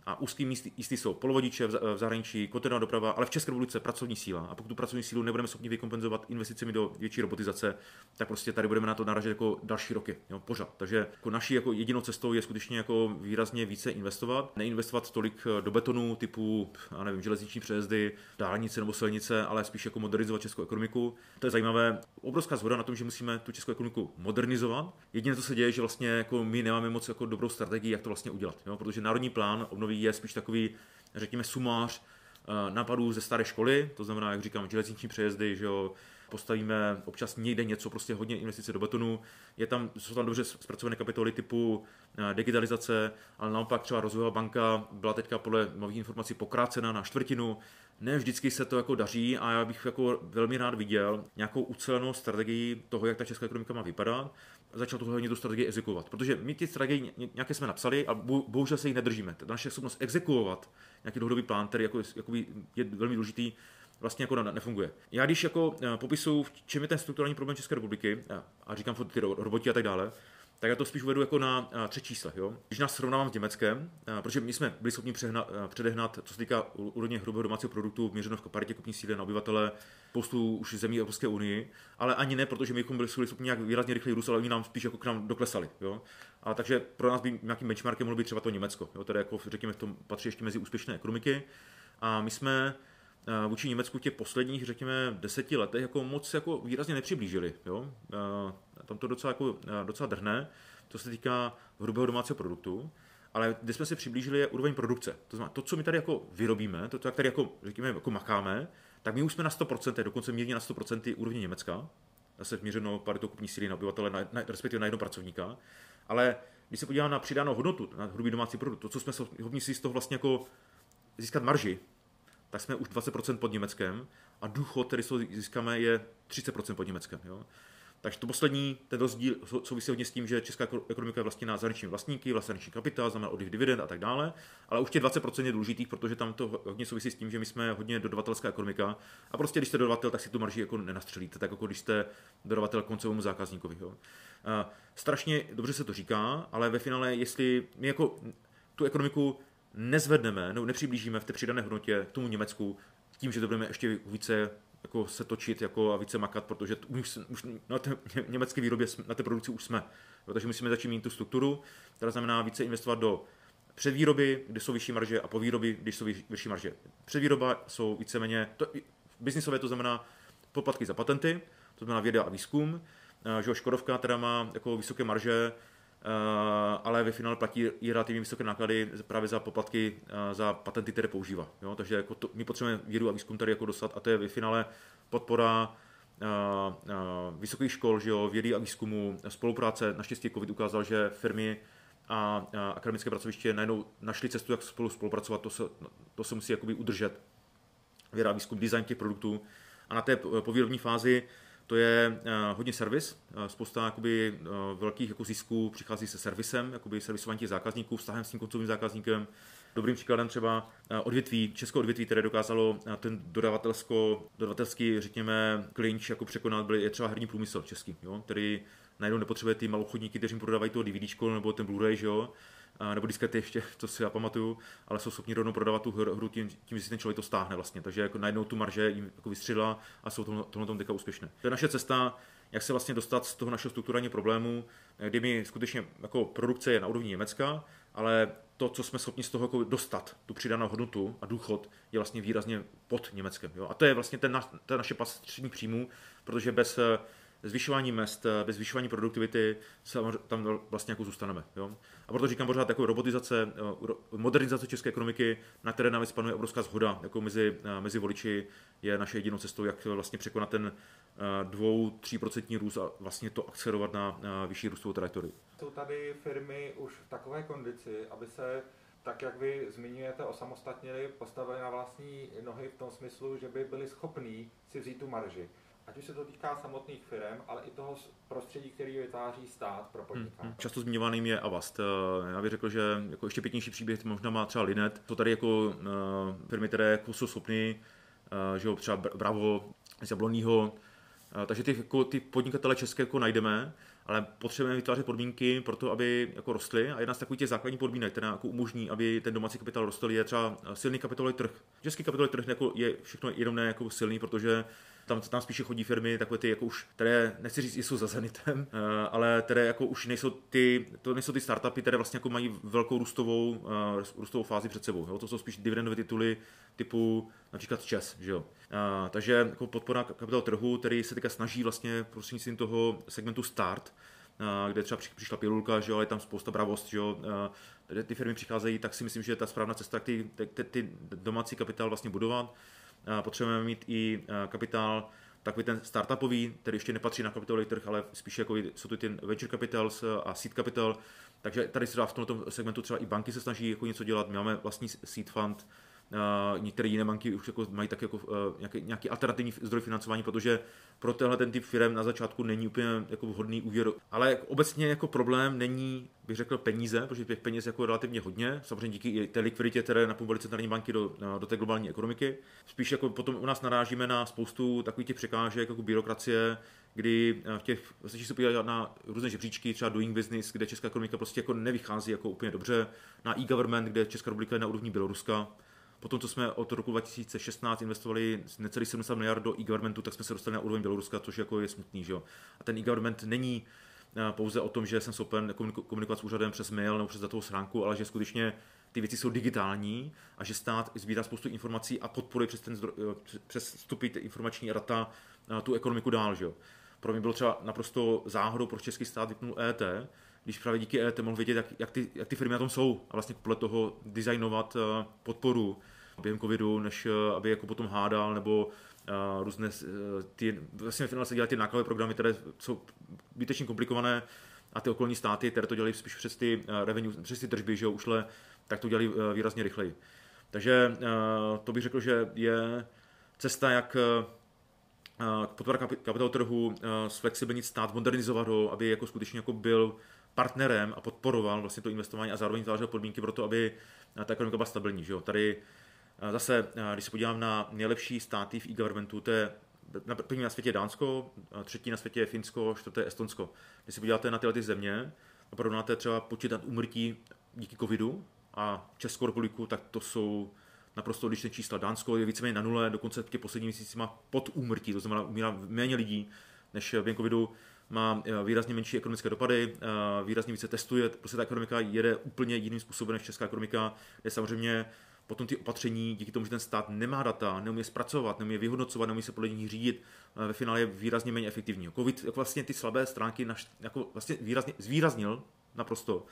A úzký místy, jistý jsou polovodiče v zahraničí, kontejnerová doprava, ale v České republice pracovní síla. A pokud tu pracovní sílu nebudeme schopni vykompenzovat investicemi do větší robotizace, tak prostě tady budeme na to naražet jako další roky, jo, pořád. Takže jako naší jako jedinou cestou je skutečně jako výrazně více investovat, neinvestovat tolik do betonu typu, já nevím, železniční přejezdy, dálnice nebo silnice, ale spíš jako modernizovat českou ekonomiku. To je zajímavé, obrovská shoda na tom, že musíme tu českou ekonomiku modernizovat. Jediné, co se děje, že vlastně jako my nemáme moc jako dobrou strategii, jak to vlastně udělat, jo, protože národní plán obnovy je spíš takový, řekněme, sumář nápadů ze staré školy, to znamená, jak říkám, železniční přejezdy, že jo, postavíme občas někde něco, prostě hodně investice do betonu, je tam, jsou tam dobře zpracované kapitoly typu digitalizace, ale naopak třeba Rozvojová banka byla teďka podle nových informací pokrácena na čtvrtinu. Ne vždycky se to jako daří a já bych jako velmi rád viděl nějakou ucelenou strategii toho, jak ta česká ekonomika má vypadat, začal tu hlavně tu strategii exekuovat, protože my ty strategie nějaké jsme napsali a bohužel se jich nedržíme. Ta naše schopnost exekuovat nějaký dlouhodobý plán, který jako, jako je velmi důležitý, vlastně jako nefunguje. Já když jako popisuju, v čem je ten strukturální problém České republiky, a říkám ty roboti a tak dále, tak já to spíš uvedu jako na třech číslech. Jo? Když nás srovnávám s Německem, protože my jsme byli schopni předehnat, co se týká úrovně hrubého domácího produktu, měřeno v paritě kupní síly na obyvatele, spoustu už zemí Evropské unii, ale ani ne, protože my bychom byli schopni nějak výrazně rychleji růst, ale oni nám spíš jako k nám doklesali. Jo? A takže pro nás by nějakým benchmarkem mohlo být třeba to Německo. Jo? Tedy jako řekněme, v tom patří ještě mezi úspěšné ekonomiky. A my jsme vůči Německu těch posledních, řekněme, deseti letech jako moc jako výrazně nepřiblížili. Jo? Tam to docela, jako, docela drhne, to se týká hrubého domácího produktu, ale kde jsme se přiblížili je úroveň produkce. To znamená, to, co my tady jako vyrobíme, to, jak tady jako, řekněme, jako macháme, tak my už jsme na sto procent, dokonce mírně na sto procent úrovně Německa, zase měřeno paritou kupní síly na obyvatele, na, na, respektive na jednoho pracovníka, ale když se podíváme na přidanou hodnotu, na hrubý domácí produkt, to, co jsme schopni si z toho vlastně jako získat marži, tak jsme už dvacet procent pod Německem a důchod, který získáme, je třicet procent pod Německem. Jo? Takže to poslední, ten rozdíl souvisí hodně s tím, že česká ekonomika je vlastně na zahraniční vlastníky, zahraniční kapitál, znamená odliv dividend a tak dále, ale už těch dvacet procent je důležitých, protože tam to hodně souvisí s tím, že my jsme hodně dodavatelská ekonomika a prostě když jste dodavatel, tak si tu marži jako nenastřelíte, tak jako když jste dodavatel koncovému zákazníkovi. Jo? A strašně dobře se to říká, ale ve finále, jestli my jako tu ekonomiku nezvedneme, nebo nepřiblížíme v té přidané hodnotě k tomu Německu tím, že to budeme ještě více jako se točit jako a více makat, protože už, už na té německé výrobě, na té produkci už jsme. Jo, takže musíme začít mít tu strukturu, která znamená více investovat do předvýroby, kde jsou vyšší marže, a po výroby, když jsou vyšší marže. Předvýroba jsou víceméně, to, biznisové to znamená poplatky za patenty, to znamená věda a výzkum, že Škodovka teda má jako vysoké marže, ale ve finále platí i relativně vysoké náklady právě za poplatky za patenty, které používá. Jo? Takže jako to, my potřebujeme vědu a výzkum tady jako dostat a to je ve finále podpora vysokých škol, že jo, vědy a výzkumu, spolupráce. Naštěstí COVID ukázal, že firmy a akademické pracoviště najednou našli cestu, jak spolu spolupracovat, to se, to se musí jakoby udržet. Věda a výzkum, design těch produktů. A na té povýrobní fázi to je uh, hodně servis, uh, spousta jakoby, uh, velkých jako zisků přichází se servisem, jakoby servisování těch zákazníků, vztahem s tím koncovým zákazníkem. Dobrým příkladem třeba uh, odvětví, české odvětví, které dokázalo uh, ten dodavatelsko, dodavatelský, řekněme, klinč jako překonat, byl, je třeba herní průmysl český, jo, který najednou nepotřebuje ty maloobchodníky, kteří prodávají to DVDčko nebo ten Blu-ray, že jo, nebo diskety ještě, to si já pamatuju, ale jsou schopni rovnou prodávat tu hru tím, tím, že si ten člověk to stáhne vlastně, takže jako najednou tu marže jim jako vystřelila a jsou tohle, tohle tom teďka úspěšné. To je naše cesta, jak se vlastně dostat z toho našeho strukturálního problému, kdy mi skutečně jako produkce je na úrovni Německa, ale to, co jsme schopni z toho jako dostat, tu přidanou hodnotu a důchod, je vlastně výrazně pod Německem. Jo? A to je vlastně ten, na, ten naše pas středních příjmů, protože bez zvyšování mezd, bez zvyšování produktivity tam vlastně jako zůstaneme. Jo? A proto říkám pořád jako robotizace, modernizace české ekonomiky, na které navíc panuje obrovská shoda jako mezi, mezi voliči, je naše jedinou cestou, jak vlastně překonat ten dvou, tří procentní růst a vlastně to akcelerovat na, na vyšší růstovou trajektorii. Jsou tady firmy už v takové kondici, aby se, tak jak vy zmiňujete, osamostatnili, postavili na vlastní nohy v tom smyslu, že by byli schopní si vzít tu marži. Ať už se to týká samotných firm, ale i toho prostředí, který vytváří stát pro podnikání. Hmm. Často zmiňovaným je Avast. Já bych řekl, že jako ještě pěknější příběh možná má třeba Linet. To tady jako uh, firmy, které jako jsou schopny, uh, že jo, třeba Bravo z Jablonního, Takže ty, jako, ty podnikatele české jako najdeme, ale potřebujeme vytvářet podmínky pro to, aby jako rostly. A jedna z takových těch základních podmínek, která jako umožní, aby ten domácí kapitál rostl, je třeba silný kapitálový trh. Český kapitálový trh jako je všechno jenom ne jako silný, protože tam, tam spíše chodí firmy, takové ty, jako už, které, nechci říct, jsou za Zenitem, ale které jako už nejsou ty, to nejsou ty startupy, které vlastně jako mají velkou růstovou, růstovou fázi před sebou. Jo? To jsou spíš dividendové tituly typu například ČES. Že jo? A, takže jako podpora kapitálového trhu, který se teďka snaží vlastně prostřednictvím toho segmentu Start, a, kde třeba přišla pilulka, že jo, ale je tam spousta bravost, že jo, a, ty firmy přicházejí, tak si myslím, že je ta správná cesta, jak ty, ty, ty domácí kapitál vlastně budovat. Potřebujeme mít i kapitál takový ten startupový, který ještě nepatří na kapitálový trh, ale spíše jako jsou to ty venture capitals a seed capital. Takže tady se dá v tomto segmentu třeba i banky se snaží jako něco dělat. My máme vlastní seed fund, některé jiné banky už jako mají tak jako nějaký, nějaký alternativní zdroj financování, protože pro tenhle ten typ firm na začátku není úplně jako vhodný úvěr. Ale obecně jako problém není, bych řekl, peníze, protože těch peněz jako relativně hodně, samozřejmě díky té likviditě, které napomůžou centrální banky do, do té globální ekonomiky. Spíš jako potom u nás narážíme na spoustu takových těch překážek, jako byrokracie, kdy v těch, vlastně se podívat na různé žebříčky, třeba Doing Business, kde česká ekonomika prostě jako nevychází jako úplně dobře, na e-government, kde Česká republika je na úrovni Běloruska. Potom, co jsme od roku dva tisíce šestnáct investovali necelých sedmdesát miliard do e-governmentu, tak jsme se dostali na úroveň Běloruska, což jako je smutný. Že jo? A ten e-government není pouze o tom, že jsem schopen komunikovat s úřadem přes mail nebo přes datovou schránku, ale že skutečně ty věci jsou digitální a že stát sbírá spoustu informací a podporuje přes, ten zdroj, přes vstupy informační data tu ekonomiku dál. Že jo? Pro mě bylo třeba naprosto záhodou, proč český stát vypnul E E T, když právě díky E E T mohl vědět, jak, jak, ty, jak ty firmy na tom jsou a vlastně podle toho designovat podporu během covidu, než aby jako potom hádal, nebo uh, různé uh, ty, vlastně v se dělají ty nákladové programy, které jsou zbytečně komplikované a ty okolní státy, které to dělají spíš přes ty uh, revenue, přes ty tržby, že jo, ušle, tak to dělají uh, výrazně rychleji. Takže uh, to bych řekl, že je cesta, jak uh, podpora kapitálového trhu, uh, zflexibilnit stát, modernizovat ho, aby jako skutečně jako byl partnerem a podporoval vlastně to investování a zároveň vytvářel podmínky pro to, aby ta ekonomika byla stabilní. Že jo? Tady zase, když se podívám na nejlepší státy v e-governmentu, to je první na světě je Dánsko, třetí na světě je Finsko, čtvrté je Estonsko. Když se podíváte na tyhle ty země a porovnáte třeba počítat úmrtí díky covidu a Českou republiku, tak to jsou naprosto odlišné čísla. Dánsko je víceméně na nule, dokonce těch posledních měsících má pod úmrtí, to znamená umírá méně lidí než během covidu. Má výrazně menší ekonomické dopady, výrazně více testuje, prostě ta ekonomika jede úplně jiným způsobem než česká ekonomika, kde samozřejmě potom ty opatření, díky tomu, že ten stát nemá data, neumí zpracovat, neumí vyhodnocovat, neumí se podle nich řídit, ve finále je výrazně méně efektivní. Covid jako vlastně ty slabé stránky naš, jako vlastně výrazně zvýraznil naprosto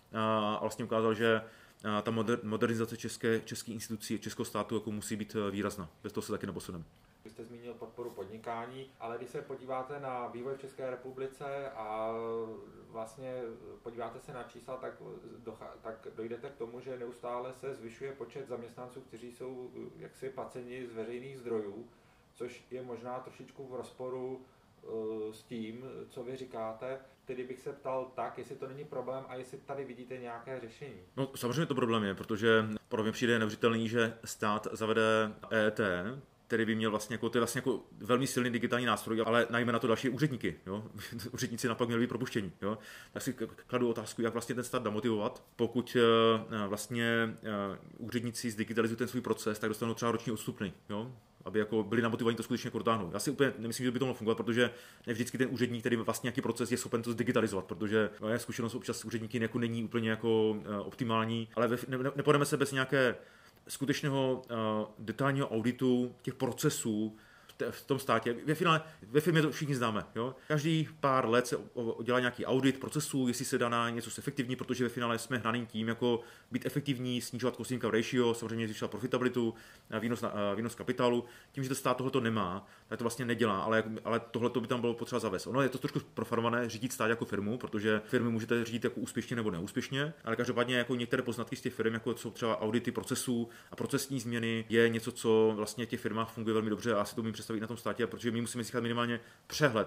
a vlastně ukázal, že ta moder, modernizace české, české institucí, českého státu jako musí být výrazná. Bez toho se taky neposuneme. Vy jste zmínil podporu podnikání, ale když se podíváte na vývoj v České republice a vlastně podíváte se na čísla, tak, docha- tak dojdete k tomu, že neustále se zvyšuje počet zaměstnanců, kteří jsou jaksi placeni z veřejných zdrojů, což je možná trošičku v rozporu uh, s tím, co vy říkáte. Tedy bych se ptal tak, jestli to není problém a jestli tady vidíte nějaké řešení. No samozřejmě to problém je, protože pro mě přijde neuvěřitelný, že stát zavede E E T, který by měl vlastně jako, to je vlastně jako velmi silný digitální nástroj, ale najme na to další úředníky. Jo? Úředníci napak měli být propuštěni. Jo? Tak si kladu otázku, jak vlastně ten stát dá motivovat. Pokud uh, vlastně uh, úředníci zdigitalizují ten svůj proces, tak dostanou třeba roční odstupný. Jo? Aby jako byli namotivovaní to skutečně jako dotáhnout. Já si úplně nemyslím, že by to mohlo fungovat, protože ne vždycky ten úředník, který vlastně nějaký proces je schopen to zdigitalizovat, protože moje zkušenost občas úředníky jako není úplně jako uh, optimální, ale ve, ne, nepodeme se bez nějaké skutečného uh, detailního auditu těch procesů v tom státě. Ve finále, ve firmě to všichni známe. Jo? Každý pár let se dělá nějaký audit procesů, jestli se dá na něco efektivní, protože ve finále jsme hnaný tím, jako být efektivní, snižovat cost income ratio, samozřejmě zvyšovat profitabilitu, výnos, na, výnos kapitálu. Tím, že to stát tohoto nemá, tak to vlastně nedělá, ale, ale tohle by tam bylo potřeba zavést. Ono je to trošku profarmované řídit stát jako firmu, protože firmy můžete řídit jako úspěšně nebo neúspěšně, ale každopádně jako některé poznatky z těch firm, jako jsou třeba audity procesů a procesní změny, je něco, co vlastně v těch firmách funguje velmi dobře a asi to umím představit na tom státě, protože my musíme získat minimálně přehled,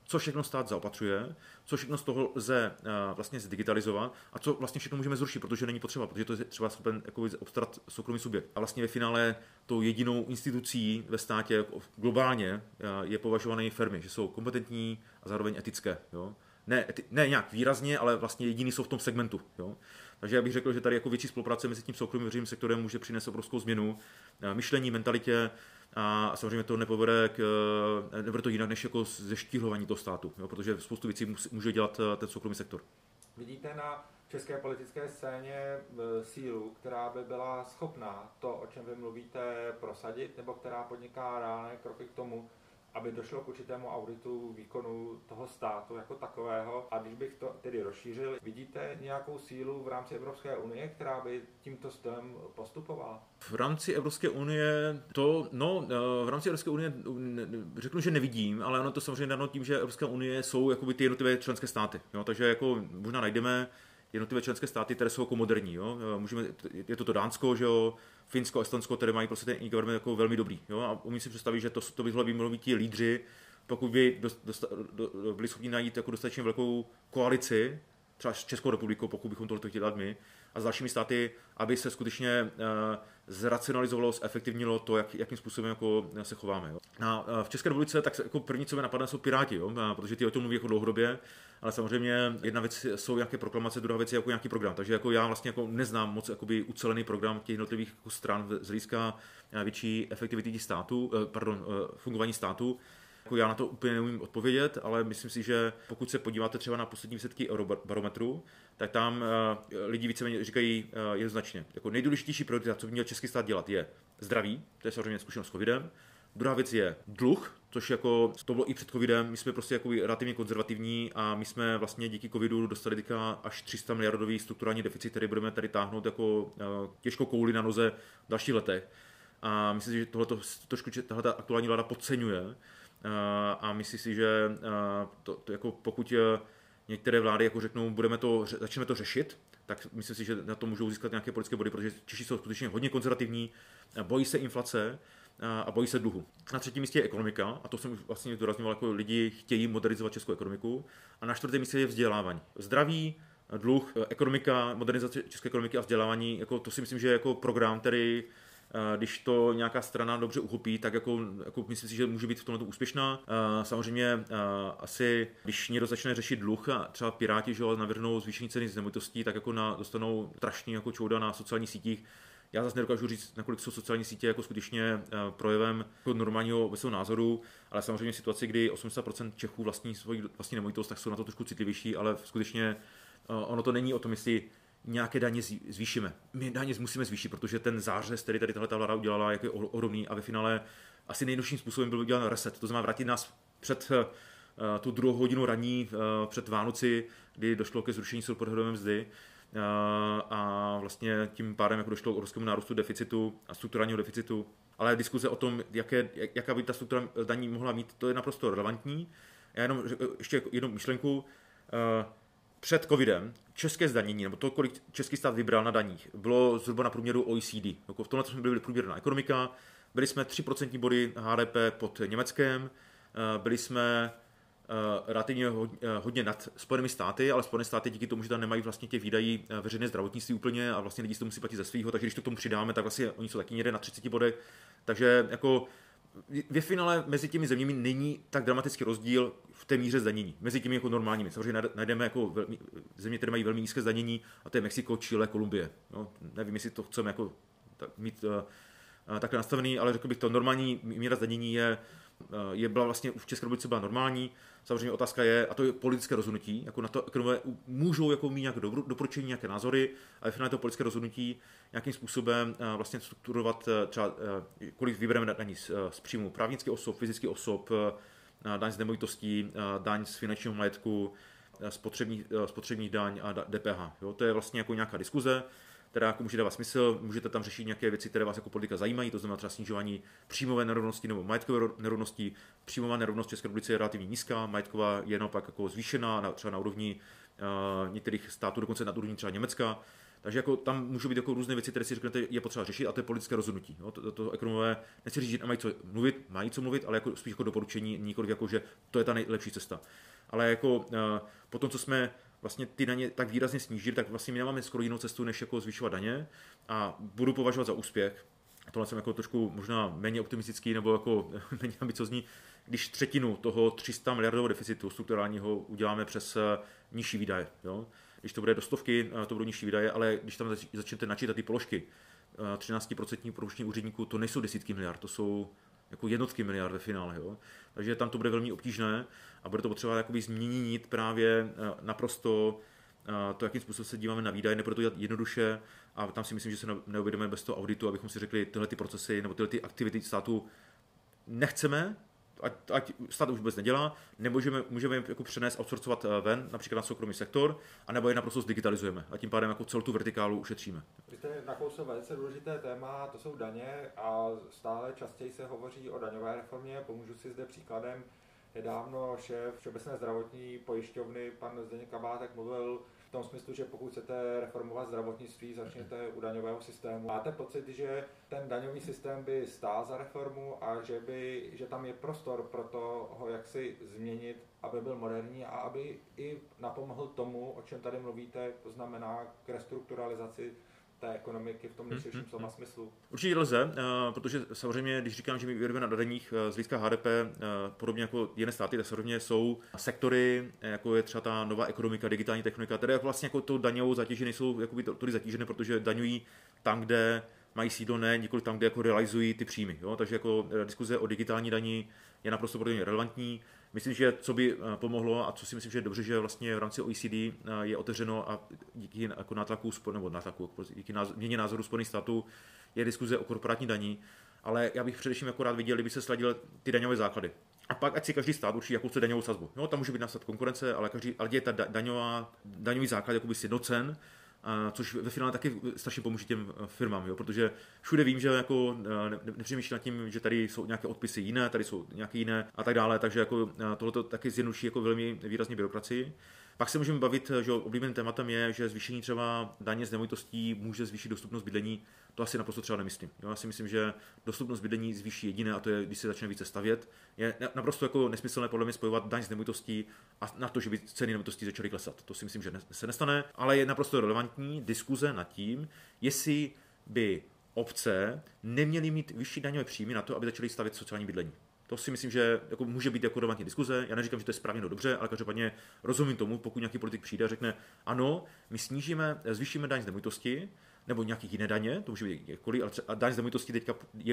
co všechno stát zaopatřuje, co všechno z toho lze vlastně zdigitalizovat a co vlastně všechno můžeme zrušit, protože není potřeba, protože to je třeba schopen jako obstarat soukromý subjekt. A vlastně ve finále tou jedinou institucí ve státě globálně je považované firmy, že jsou kompetentní a zároveň etické. Jo? Ne, ne nějak výrazně, ale vlastně jediný jsou v tom segmentu. Jo? Takže já bych řekl, že tady jako větší spolupráce mezi tím soukromým a veřejným sektorem může přinést obrovskou změnu myšlení, mentalitě a samozřejmě to nepovede k, nebude to jinak než jako zeštíhlování toho státu, jo? Protože spoustu věcí může dělat ten soukromý sektor. Vidíte na české politické scéně sílu, která by byla schopná to, o čem vy mluvíte, prosadit, nebo která podniká reálné kroky k tomu, aby došlo k určitému auditu výkonu toho státu jako takového. A když bych to tedy rozšířil, vidíte nějakou sílu v rámci Evropské unie, která by tímto stylem postupovala? V rámci Evropské unie to, no, v rámci Evropské unie řeknu, že nevidím, ale ono to samozřejmě dáno tím, že Evropská unie jsou jakoby ty jednotlivé členské státy. Jo? Takže jako možná najdeme jednotlivé členské státy, které jsou jako moderní. Jo? Můžeme, je to to Dánsko, že jo? Finsko, Estonsko, které mají prostě ten e-government jako velmi dobrý. Jo? A umím si představit, že to, to by mohli být ti lídři, pokud by dost, dost, do, byli schopni najít jako dostatečně velkou koalici, třeba s Českou republikou, pokud bychom tohle chtěli dělat my, a s dalšími státy, aby se skutečně uh, zracionalizovalo, zefektivnilo to, jak, jakým způsobem jako se chováme. Jo. A uh, v České republice tak jako první, co mě napadne, jsou Piráti, jo, protože ty o tom mluví jako dlouhodobě, ale samozřejmě jedna věc jsou nějaké proklamace, druhá věc je jako nějaký program. Takže jako já vlastně jako neznám moc jakoby ucelený program těch jednotlivých jako stran z hlediska větší efektivity států, uh, pardon, uh, fungování státu. Jako já na to úplně neumím odpovědět, ale myslím si, že pokud se podíváte třeba na poslední výsledky Eurobarometru, tak tam uh, lidi víceméně říkají uh, jednoznačně, jako nejdůležitější priorita, co by měl český stát dělat, je zdraví, to je samozřejmě zkušenost s covidem. Druhá věc je dluh, což jako to bylo i před covidem, my jsme prostě jako relativně konzervativní a my jsme vlastně díky covidu dostali teďka až tři sta miliardový strukturální deficit, který budeme tady táhnout jako uh, těžkou kouli na noze v dalších letech. A myslím si, že tohleto, trošku tahle aktuální vláda podceňuje. A myslím si, že to, to jako pokud některé vlády jako řeknou, budeme to, začneme to řešit, tak myslím si, že na to můžou získat nějaké politické body, protože Češi jsou skutečně hodně konzervativní, bojí se inflace a bojí se dluhu. Na třetím místě je ekonomika, a to jsem už vlastně zdůrazňoval, jako lidi chtějí modernizovat českou ekonomiku. A na čtvrtém místě je vzdělávání. Zdraví, dluh, ekonomika, modernizace české ekonomiky a vzdělávání, jako to si myslím, že je jako program, který když to nějaká strana dobře uchopí, tak jako, jako myslím si, že může být v tomhle úspěšná. Samozřejmě asi, když někdo začne řešit dluh a třeba Piráti, že navrhnou zvýšení ceny z nemovitostí, tak jako na, dostanou strašný jako čouda na sociálních sítích. Já zase nedokážu říct, nakolik jsou sociální sítě jako skutečně projevem jako normálního obecného názoru, ale samozřejmě v situaci, kdy osmdesát procent Čechů vlastní svoji vlastní nemovitost, tak jsou na to trošku citlivější, ale skutečně ono to není o tom, jestli nějaké daně zvýšíme. My daně musíme zvýšit, protože ten zářez, který tady tato vláda udělala, jak je ohromný a ve finále asi nejjednodušším způsobem byl udělan reset. To znamená vrátit nás před uh, tu druhou hodinu raní, uh, před Vánoci, kdy došlo ke zrušení superhrubé mzdy uh, a vlastně tím pádem jako došlo k obrovskému nárůstu deficitu a strukturálního deficitu. Ale diskuze o tom, jaké, jaká by ta struktura daní mohla mít, to je naprosto relevantní. Já jenom ještě jednu myšlenku. Uh, Před covidem české zdanění, nebo to, kolik český stát vybral na daních, bylo zhruba na průměru O E C D. Jako v tomhle jsme byli průměrná ekonomika, byli jsme tři procentní body H D P pod Německem, byli jsme relativně hodně nad Spojenými státy, ale Spojené státy díky tomu, že tam nemají vlastně těch výdají veřejné zdravotnictví úplně a vlastně lidi si to musí platit ze svého, takže když to k tomu přidáme, tak vlastně oni jsou taky někde na třiceti bodech. Takže jako ve finále mezi těmi zeměmi není tak dramatický rozdíl v té míře zdanění. Mezi těmi jako normálními. Samozřejmě najdeme jako velmi, země, které mají velmi nízké zdanění, a to je Mexiko, Chile, Kolumbie. No, nevím, jestli to chceme jako tak, mít uh, uh, takhle nastavený, ale řekl bych, to normální míra zdanění je, uh, je byla vlastně v České republice byla normální. Samozřejmě otázka je, a to je politické rozhodnutí, jako na to ekonomové můžou jako mít nějaké doporučení, nějaké názory, ale finálně to politické rozhodnutí nějakým způsobem vlastně strukturovat třeba, kolik vybereme daní z, z příjmu právnických osob, fyzických osob, daň z nemovitostí, daň z finančního majetku, spotřební, spotřební daň a D P H. Jo? To je vlastně jako nějaká diskuze, která jako může dávat smysl, můžete tam řešit nějaké věci, které vás jako politika zajímají, to znamená třeba snižování příjmové nerovnosti nebo majetkové nerovnosti. Příjmová nerovnost v České republice je relativně nízká, majetková je naopak jako zvýšená, třeba na úrovni uh, některých států, dokonce na úrovni třeba Německa. Takže jako tam můžou být jako různé věci, které si řeknete, je potřeba řešit, a to je politické rozhodnutí. Jo? To, to, to ekonomové nechci říct, že nemají co mluvit, mají co mluvit, ale jako spíš jako doporučení, nikoliv jako, že to je ta nejlepší cesta. Ale jako po tom, co jsme vlastně ty daně tak výrazně snížili, tak vlastně my nemáme skoro jinou cestu, než jako zvyšovat daně, a budu považovat za úspěch. Tohle jsem jako trošku možná méně optimistický nebo jako méně ambiciozní, když třetinu toho tři sta miliardového deficitu strukturálního uděláme přes nižší výdaje. Jo? Když to bude do stovky, to budou nižší výdaje, ale když tam začnete načítat ty položky, třináct procent propočtních úředníků, to nejsou desítky miliard, to jsou jako jednotky miliard ve finále. Jo? Takže tam to bude velmi obtížné a bude to potřeba jakoby změnit právě naprosto to, jakým způsobem se díváme na výdaje, nebude to dělat jednoduše, a tam si myslím, že se neobjedeme bez toho auditu, abychom si řekli, tyhle ty procesy nebo tyhle ty aktivity státu nechceme, ať, ať stát už vůbec nedělá, nemůžeme, můžeme jako přenést, outsourcovat ven, například na soukromý sektor, anebo je naprosto zdigitalizujeme a tím pádem jako celou tu vertikálu ušetříme. Vy jste nakousl velice důležité téma, to jsou daně, a stále častěji se hovoří o daňové reformě. Pomůžu si zde příkladem. Nedávno šéf Všeobecné zdravotní pojišťovny pan Zdeněk Kabátek mluvil v tom smyslu, že pokud chcete reformovat zdravotnictví, začněte u daňového systému. Máte pocit, že ten daňový systém by stál za reformu a že, by, že tam je prostor pro to ho jaksi změnit, aby byl moderní a aby i napomohl tomu, o čem tady mluvíte, to znamená k restrukturalizaci té ekonomiky v tom nejširším slova hmm, smyslu? Určitě lze, protože samozřejmě, když říkám, že my vyjedeme na daních z hlediska H D P, podobně jako jiné státy, tak samozřejmě jsou sektory, jako je třeba ta nová ekonomika, digitální technika, které vlastně jako tou daňovou zatíži nejsou jakoby tolik zatížené, protože daňují tam, kde mají sídlo, ne nikoli tam, kde jako realizují ty příjmy. Jo? Takže jako diskuze o digitální dani je naprosto pro ně relevantní. Myslím, že co by pomohlo a co si myslím, že je dobře, že vlastně v rámci O E C D je otevřeno a díky jako nátlaku, nebo nátlaku, díky změně názoru Spojených států je diskuze o korporátní daní, ale já bych především jako rád viděl, kdyby se sladily ty daňové základy. A pak ať si každý stát určí, jakou chce daňovou sazbu. No, tam může být nastat konkurence, ale každý, ale je ta daňová, daňový základ jakoby sjednocen, což ve finále taky strašně pomůže těm firmám, jo? Protože všude vím, že jako ne, nepřemýšlím nad tím, že tady jsou nějaké odpisy jiné, tady jsou nějaké jiné a tak dále, takže jako tohleto taky zjednoduší jako velmi výrazně byrokracii. Pak se můžeme bavit, že oblíbeným tématem je, že zvýšení třeba daně z nemovitostí může zvýšit dostupnost bydlení. To asi naprosto třeba nemyslím. Jo? Já si myslím, že dostupnost bydlení zvýší jediné, a to je, když se začne více stavět. Je naprosto jako nesmyslné podle mě spojovat daň z nemovitostí a na to, že by ceny nemovitostí začaly klesat. To si myslím, že se nestane, ale je naprosto relevantní diskuze nad tím, jestli by obce neměly mít vyšší daňové příjmy na to, aby začaly stavět sociální bydlení. To si myslím, že jako může být jako relevantní diskuze. Já neříkám, že to je správně, no dobře, ale každopádně rozumím tomu, pokud nějaký politik přijde a řekne, ano, my snížíme, zvýšíme daň z nemovitosti, nebo nějaký jiné daně, to může být jakkoliv, ale a daň z nemovitosti teďka je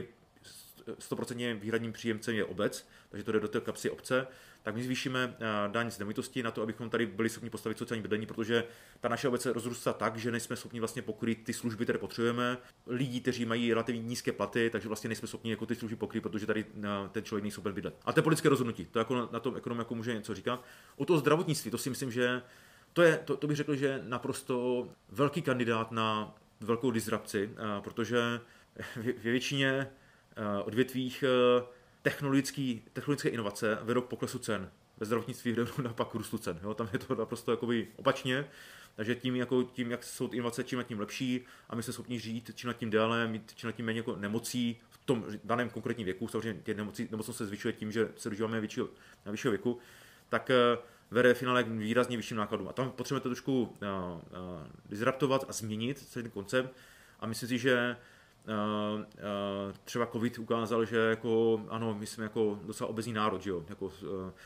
sto procent výhradním příjemcem je obec, takže to jde do té kapsy obce, tak my zvýšíme daň z nemovitosti na to, abychom tady byli schopni postavit sociální bydlení, protože ta naše obec se rozrůstá tak, že nejsme schopni vlastně pokrýt ty služby, které potřebujeme, lidí, kteří mají relativně nízké platy, takže vlastně nejsme schopni jako ty služby pokrýt, protože tady ten člověk není schopen bydlet. A to je politické rozhodnutí, to jako na, na tom ekonom jako může něco říkat. O toho zdravotnictví, to si myslím, že to je, to, to bych řekl, že naprosto velký kandidát na velkou disrupci, protože ve většině odvětvích technologický, technologické inovace vedou k poklesu cen. Ve zdravotnictví vedou naopak k růstu cen. Jo? Tam je to naprosto jakoby opačně. Takže tím, jako, tím, jak jsou ty inovace čím na tím lepší a my jsme schopni žít čím na tím déle, mít čím na tím méně jako nemocí v tom daném konkrétním věku, samozřejmě ty nemocí, nemocnost se zvyšuje tím, že se dožíváme většího, na vyššího věku, tak vede v finále k výrazně vyšším nákladům. A tam potřebujeme to trošku uh, uh, disruptovat a změnit celý ten koncept. A myslím si, že uh, uh, třeba COVID ukázal, že jako, ano, my jsme jako docela obezní národ, že jo? Jako, uh,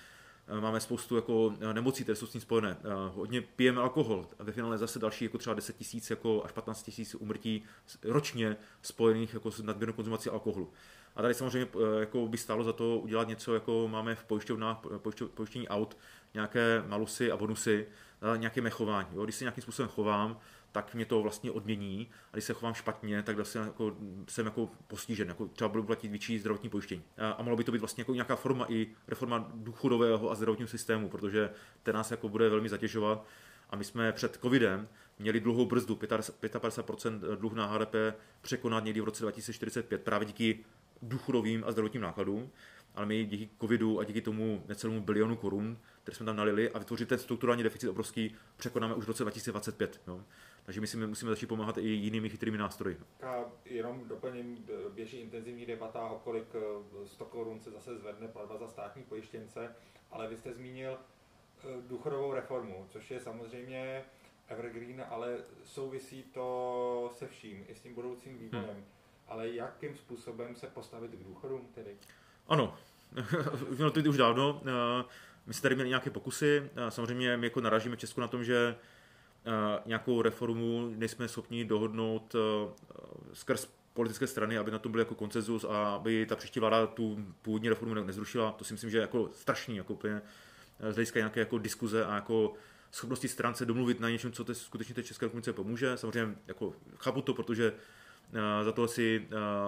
máme spoustu jako nemocí, které jsou s tím spojené. Uh, hodně pijeme alkohol a ve finále zase další jako třeba deset tisíc jako až patnáct tisíc úmrtí ročně spojených jako s nadměrnou konzumací alkoholu. A tady samozřejmě jako by stálo za to udělat něco, jako máme v pojišťovnách, pojištění aut, nějaké malusy a bonusy, nějaké mé chování. Jo? Když se nějakým způsobem chovám, tak mě to vlastně odmění, a když se chovám špatně, tak vlastně jako, jsem jako postižen, jako třeba budu platit větší zdravotní pojištění. A, a mohlo by to být vlastně jako nějaká forma i reforma důchodového a zdravotního systému, protože ten nás jako bude velmi zatěžovat. A my jsme před covidem měli dluhou brzdu, padesát pět procent dluh na H D P překonat někdy v roce dva tisíce čtyřicet pět právě díky důchodovým a zdravotním nákladům, ale my díky covidu a díky tomu necelému bilionu korun, které jsme tam nalili a vytvořit ten strukturální deficit obrovský, překonáme už v roce dva tisíce dvacet pět. Jo. Takže my si musíme začít pomáhat i jinými chytrými nástroji. A jenom doplním, běží intenzivní debata, o kolik sto korun se zase zvedne platba za státní pojištěnce, ale vy jste zmínil důchodovou reformu, což je samozřejmě evergreen, ale souvisí to se vším, i s tím budoucím vývojem. Hmm. Ale jakým způsobem se postavit k důchodům tedy? Ano, no to už dávno. My jsme tady měli nějaké pokusy. Samozřejmě my jako narážíme v Česku na tom, že nějakou reformu nejsme schopni dohodnout skrz politické strany, aby na tom byl jako konsenzus a aby ta příští vláda tu původní reformu nezrušila. To si myslím, že je jako strašný, jako úplně z hlediska nějaké jako diskuze a jako schopnosti stran se domluvit na něčem, co te, skutečně té České republice pomůže. Samozřejmě jako chápu to, protože za to si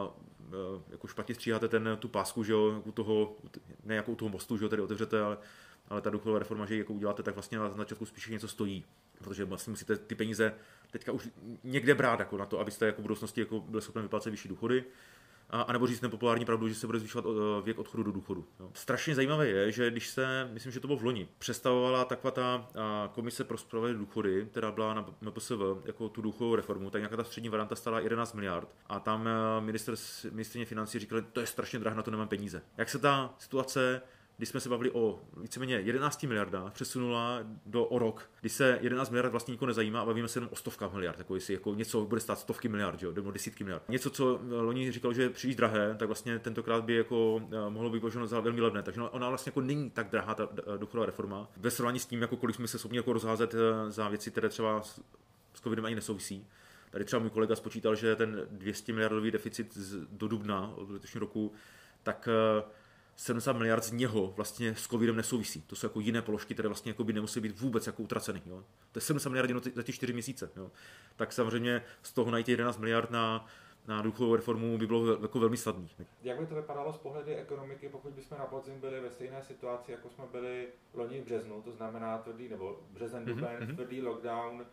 jako špatně stříháte ten, tu pásku, že jo, u toho, ne jako u toho mostu, že jo, tady otevřete, ale, ale ta důchodová reforma, že ji jako uděláte, tak vlastně na začátku spíš něco stojí, protože vlastně musíte ty peníze teďka už někde brát jako na to, abyste jako v budoucnosti jako byli schopni vyplácet vyšší důchody. A, a nebo říct nepopulární pravdu, že se bude zvyšovat věk odchodu do důchodu. Jo. Strašně zajímavé je, že když se, myslím, že to bylo v loni, představovala taková ta komise pro spravedlivé důchody, která byla na M P S V jako tu důchodovou reformu, tak nějaká ta střední varianta stála jedenáct miliard. A tam minister, ministryně financí říkali, to je strašně drahé, na to nemám peníze. Jak se ta situace, když jsme se bavili o víceméně jedenácti miliardách, přesunula do o rok, kdy se jedenáct miliard vlastně nikoho nezajímá a bavíme se jenom o stovkách miliard, jako jestli jako něco bude stát stovky miliard, jo, nebo desítky miliard. Něco, co loni říkal, že je příliš drahé, tak vlastně tentokrát by jako mohlo být považováno za velmi levné. Takže ona vlastně jako není tak drahá ta důchodová reforma. Ve srovnání s tím, jako kolik jsme se schopni jako rozházet za věci, které třeba s covidem ani nesouvisí. Tady třeba můj kolega spočítal, že ten dvě stě miliardový deficit do dubna od letošního roku, tak sedmdesát miliard z něho vlastně s covidem nesouvisí. To jsou jako jiné položky, které vlastně jako by nemusí být vůbec jako utraceny. Jo. To je sedmdesát miliard za ty čtyři měsíce. Jo. Tak samozřejmě z toho najít jedenáct miliard na, na důchodovou reformu by bylo jako velmi snadné. Jak by to vypadalo z pohledu ekonomiky, pokud bychom na podzim byli ve stejné situaci, jako jsme byli loni v březnu, to znamená tvrdý, nebo březen, duben, mm-hmm. tvrdý lockdown,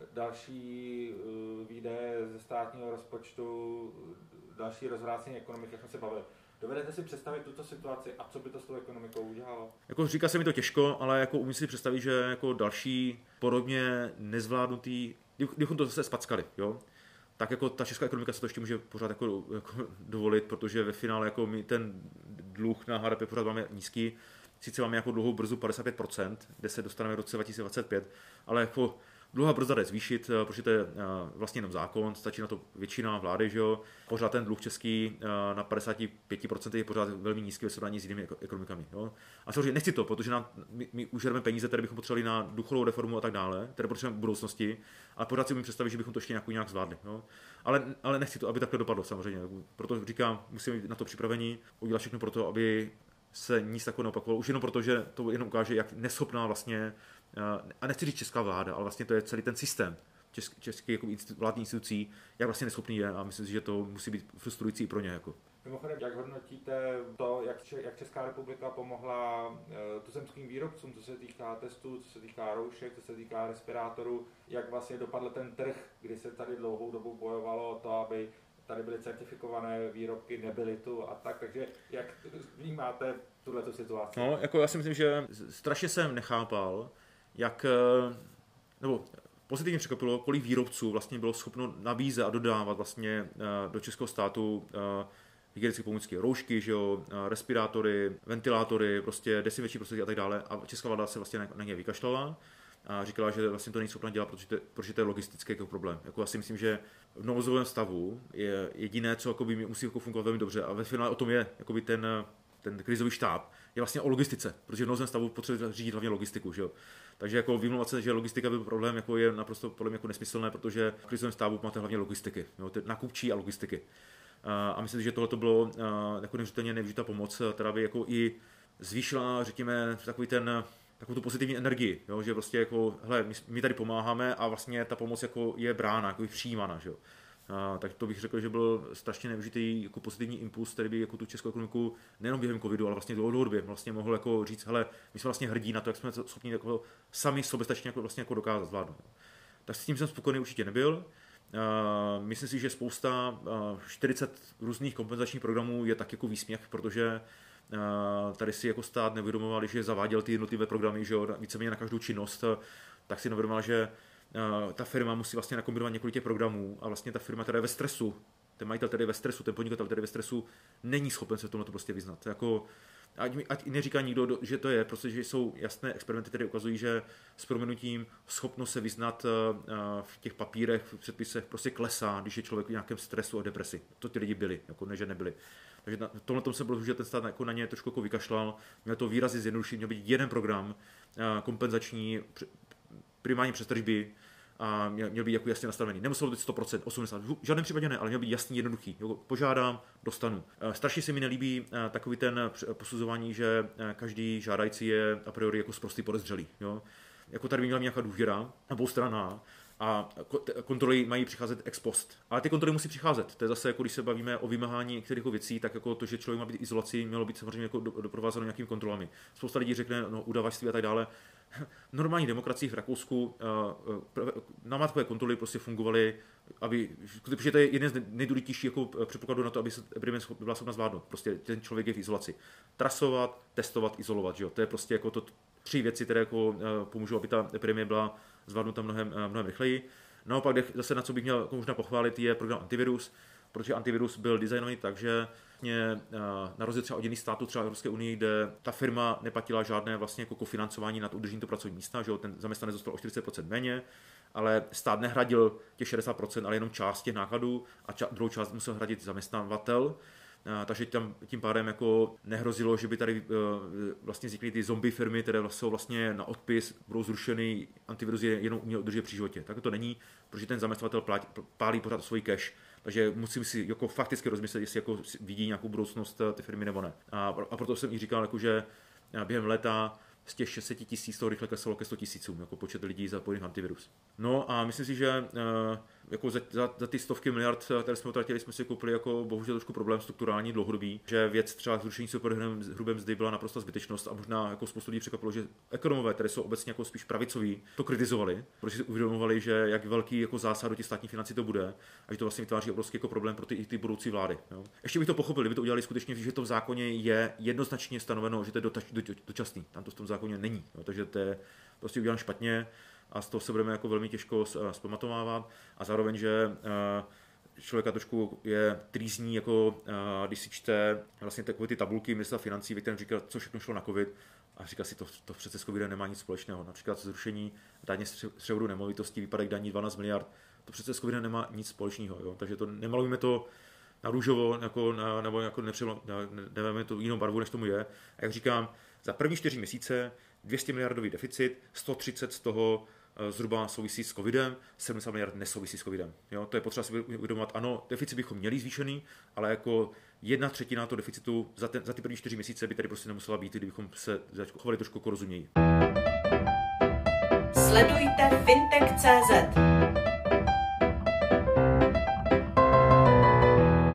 další uh, výdaje ze státního rozpočtu, další rozvrácení ekonomiky, jak jsme se bavili. Dovedete si představit tuto situaci a co by to s tou ekonomikou udělalo? Jako říká se mi to těžko, ale jako umím si představit, že jako další podobně nezvládnutý, kdybychom to zase spackali, jo, tak jako ta česká ekonomika se to ještě může pořád jako, jako dovolit, protože ve finále jako my ten dluh na H D P pořád máme nízký, sice máme jako dlouhou brzdu padesát pět procent, kde se dostaneme v roce dva tisíce dvacet pět, ale jako dluhá brzda jde zvýšit, protože to je vlastně jenom zákon, stačí na to většina vlády, že jo. Pořád ten dluh český na padesát pět procent je pořád velmi nízký ve srovnání s jinými ekonomikami. Jo. A samozřejmě nechci to, protože nám, my, my užereme peníze, které bychom potřebovali na důchodovou reformu a tak dále, které potřebujeme v budoucnosti, ale pořád si umím představit, že bychom to ještě nějak, nějak zvládli. Jo. Ale, ale nechci to, aby takhle dopadlo samozřejmě. Proto říkám, musíme být na to připraveni, udělat všechno pro to, aby se nic takového neopakovalo. Už jenom proto, že to jenom ukáže, jak neschopná vlastně, a nechci říct česká vláda, ale vlastně to je celý ten systém český, český jako vládní institucí, jak vlastně neschopný je a myslím si, že to musí být frustrující i pro ně. Jako. Mimochodem, jak hodnotíte to, jak, jak Česká republika pomohla uh, tuzemským výrobcům, co se týká testů, co se týká roušek, co se týká respirátorů, jak vlastně dopadl ten trh, kdy se tady dlouhou dobu bojovalo o to, aby tady byly certifikované výrobky, nebyly tu a tak, takže jak vnímáte tuhletu situaci? No, jako já si myslím, že strašně jsem nechápal, jak, nebo pozitivně překvapilo, kolik výrobců vlastně bylo schopno nabízet a dodávat vlastně do českého státu hygienické pomůcky, roušky, že jo, respirátory, ventilátory, prostě desinfekční prostředky a tak dále. A česká vláda se vlastně na ně vykašlala a říkala, že vlastně to není schopna dělat, protože to, protože to je logistický jako problém. Jako já si myslím, že v nouzovém stavu je jediné, co jakoby, musí jako fungovat velmi dobře a ve finále o tom je jakoby ten, ten krizový štáb, je vlastně o logistice, protože v nouzovém stavu potřebuje řídit hlavně logistiku, že jo. Takže jako vymlouvat se, že logistika byl problém, jako je naprosto podle mě jako nesmyslné, protože v krizovém stavu máte hlavně logistiky, jo, nakupčí a logistiky. A myslím si, že tohle to bylo jako neuvěřitelně nevyužitá pomoc, která by jako i zvýšila, řekněme, takový ten, takovou tu pozitivní energii, jo, že prostě jako, hele, my, my tady pomáháme a vlastně ta pomoc jako je brána, jako je přijímána, že jo. A, tak to bych řekl, že byl strašně nevyužitý jako pozitivní impuls, který by jako tu českou ekonomiku nejenom během covidu, ale vlastně dlouhodobě vlastně mohl jako říct, hele, my jsme vlastně hrdí na to, jak jsme schopni jako sami soběstačně jako vlastně jako dokázat zvládnout. Tak s tím jsem spokojený určitě nebyl. myslím si, že spousta čtyřicet různých kompenzačních programů je tak jako výsměch, protože tady si jako stát neuvědomovali, že zaváděl ty jednotlivé programy, že jo, víceméně na každou činnost, tak si neuvědomoval, že ta firma musí vlastně nakombinovat několik těch programů a vlastně ta firma, která je ve stresu, ten majitel, který je ve stresu, ten podnikatel, který je ve stresu, není schopen se v tomhle to prostě vyznat. Jako, ať, ať neříká nikdo, že to je, protože jsou jasné experimenty, které ukazují, že s proměnutím schopnost se vyznat v těch papírech, v předpisech prostě klesá, když je člověk v nějakém stresu a depresi. To ty lidi byli, jako ne, že nebyli. Takže na tomhle tom se bylo, že ten stát jako na ně trošku jako vykašlal, měl to výrazně zjednodušit, měl být jeden program kompenzační, primární přes tržby, a měl, měl být jako jasně nastavený. Nemuselo být sto procent, osmdesát procent, v žádném případě ne, ale měl být jasný, jednoduchý. Jo, požádám, dostanu. Strašně se mi nelíbí takový ten posuzování, že každý žádající je a priori jako sprostý podezřelý. Jo. Jako tady by měla nějaká důvěra na obou stranách a kontroly mají přicházet ex post. Ale ty kontroly musí přicházet. To je zase, jako když se bavíme o vymáhání některých věcí, tak jako to, že člověk má být izolaci, mělo být samozřejmě jako doprovázáno nějakými kontrolami. Spousta lidí řekne, no, udavačství a tak dále. Normální demokracii v Rakousku namátkové kontroly prostě fungovaly, aby, protože to je jeden z nejdůležitějších jako předpokladů na to, aby se epidemie byla schopna zvládnout. Prostě ten člověk je v izolaci. Trasovat, testovat, izolovat, že jo? To je prostě jako to tři věci, které jako pomůžou, aby ta epidemie byla zvládnuta mnohem, mnohem rychleji. Naopak zase na co bych měl jako možná pochválit je program Antivirus, protože Antivirus byl designovaný tak, že vlastně na rozdíl třeba od jiných států, třeba Evropské unii, kde ta firma neplatila žádné vlastně jako kofinancování nad udržení toho pracovního místa, že jo, ten zaměstnanec dostal o čtyřicet procent méně, ale stát nehradil těch šedesát procent, ale jenom část těch nákladů a ča- druhou část musel hradit zaměstnavatel. Takže tam tím pádem jako nehrozilo, že by tady vlastně vznikly ty zombie firmy, které jsou vlastně na odpis, budou zrušeny, Antivirus je jenom uměl udržet při životě. Tak to není, protože ten zaměstnavatel pálí pořád svůj cash. Takže musím si jako fakticky rozmyslet, jestli jako vidí nějakou budoucnost ty firmy nebo ne. A, a proto jsem i říkal, jako, že během léta z těch šest set tisíc toho rychle klesalo ke sto tisícům, jako počet lidí zapojených Antivirus. No a myslím si, že jako za, za, za ty stovky miliard, které jsme utratili, jsme si koupili jako bohužel trošku problém strukturální, dlouhodobý, že věc třeba zrušení superhrubé mzdy byla naprosto zbytečnost a možná jako spoustu lidí překvapilo, že ekonomové, které jsou obecně jako spíš pravicoví, to kritizovali, protože si uvědomovali, že jak velký jako zásah do těch státních financí to bude a že to vlastně vytváří obrovský jako problém pro ty, i ty budoucí vlády. Jo. Ještě bych to pochopil, kdyby to udělali skutečně, že to v zákoně je jednoznačně stanoveno, že to je dotač, do, do, dočasný. Tam to v tom zákoně není. Jo. Takže to je prostě uděláno špatně. A z toho se budeme jako velmi těžko zpamatovávat a zároveň, že člověka trošku je trýzní, jako když si čte vlastně takové ty tabulky ministerstva financí, ve kterém říkal, co všechno šlo na covid a říká si, to, to přece s covidem nemá nic společného. Například zrušení daně z převodu nemovitostí, výpadek daní dvanáct miliard, to přece s covidem nemá nic společného. Jo? Takže to nemalujeme to na růžovo, jako na, nebo jako nedáme to jinou barvu, než tomu je. A jak říkám, za první čtyři měsíce dvě stě miliardový deficit, sto třicet z toho zhruba souvisí s covidem, sedmdesát miliard nesouvisí s covidem. Jo, to je potřeba si uvědomovat, ano, deficit bychom měli zvýšený, ale jako jedna třetina toho deficitu za, ten, za ty první čtyři měsíce by tady prostě nemusela být, kdybychom se chovali trošku rozuměji. Sledujte fintech tečka cé zet.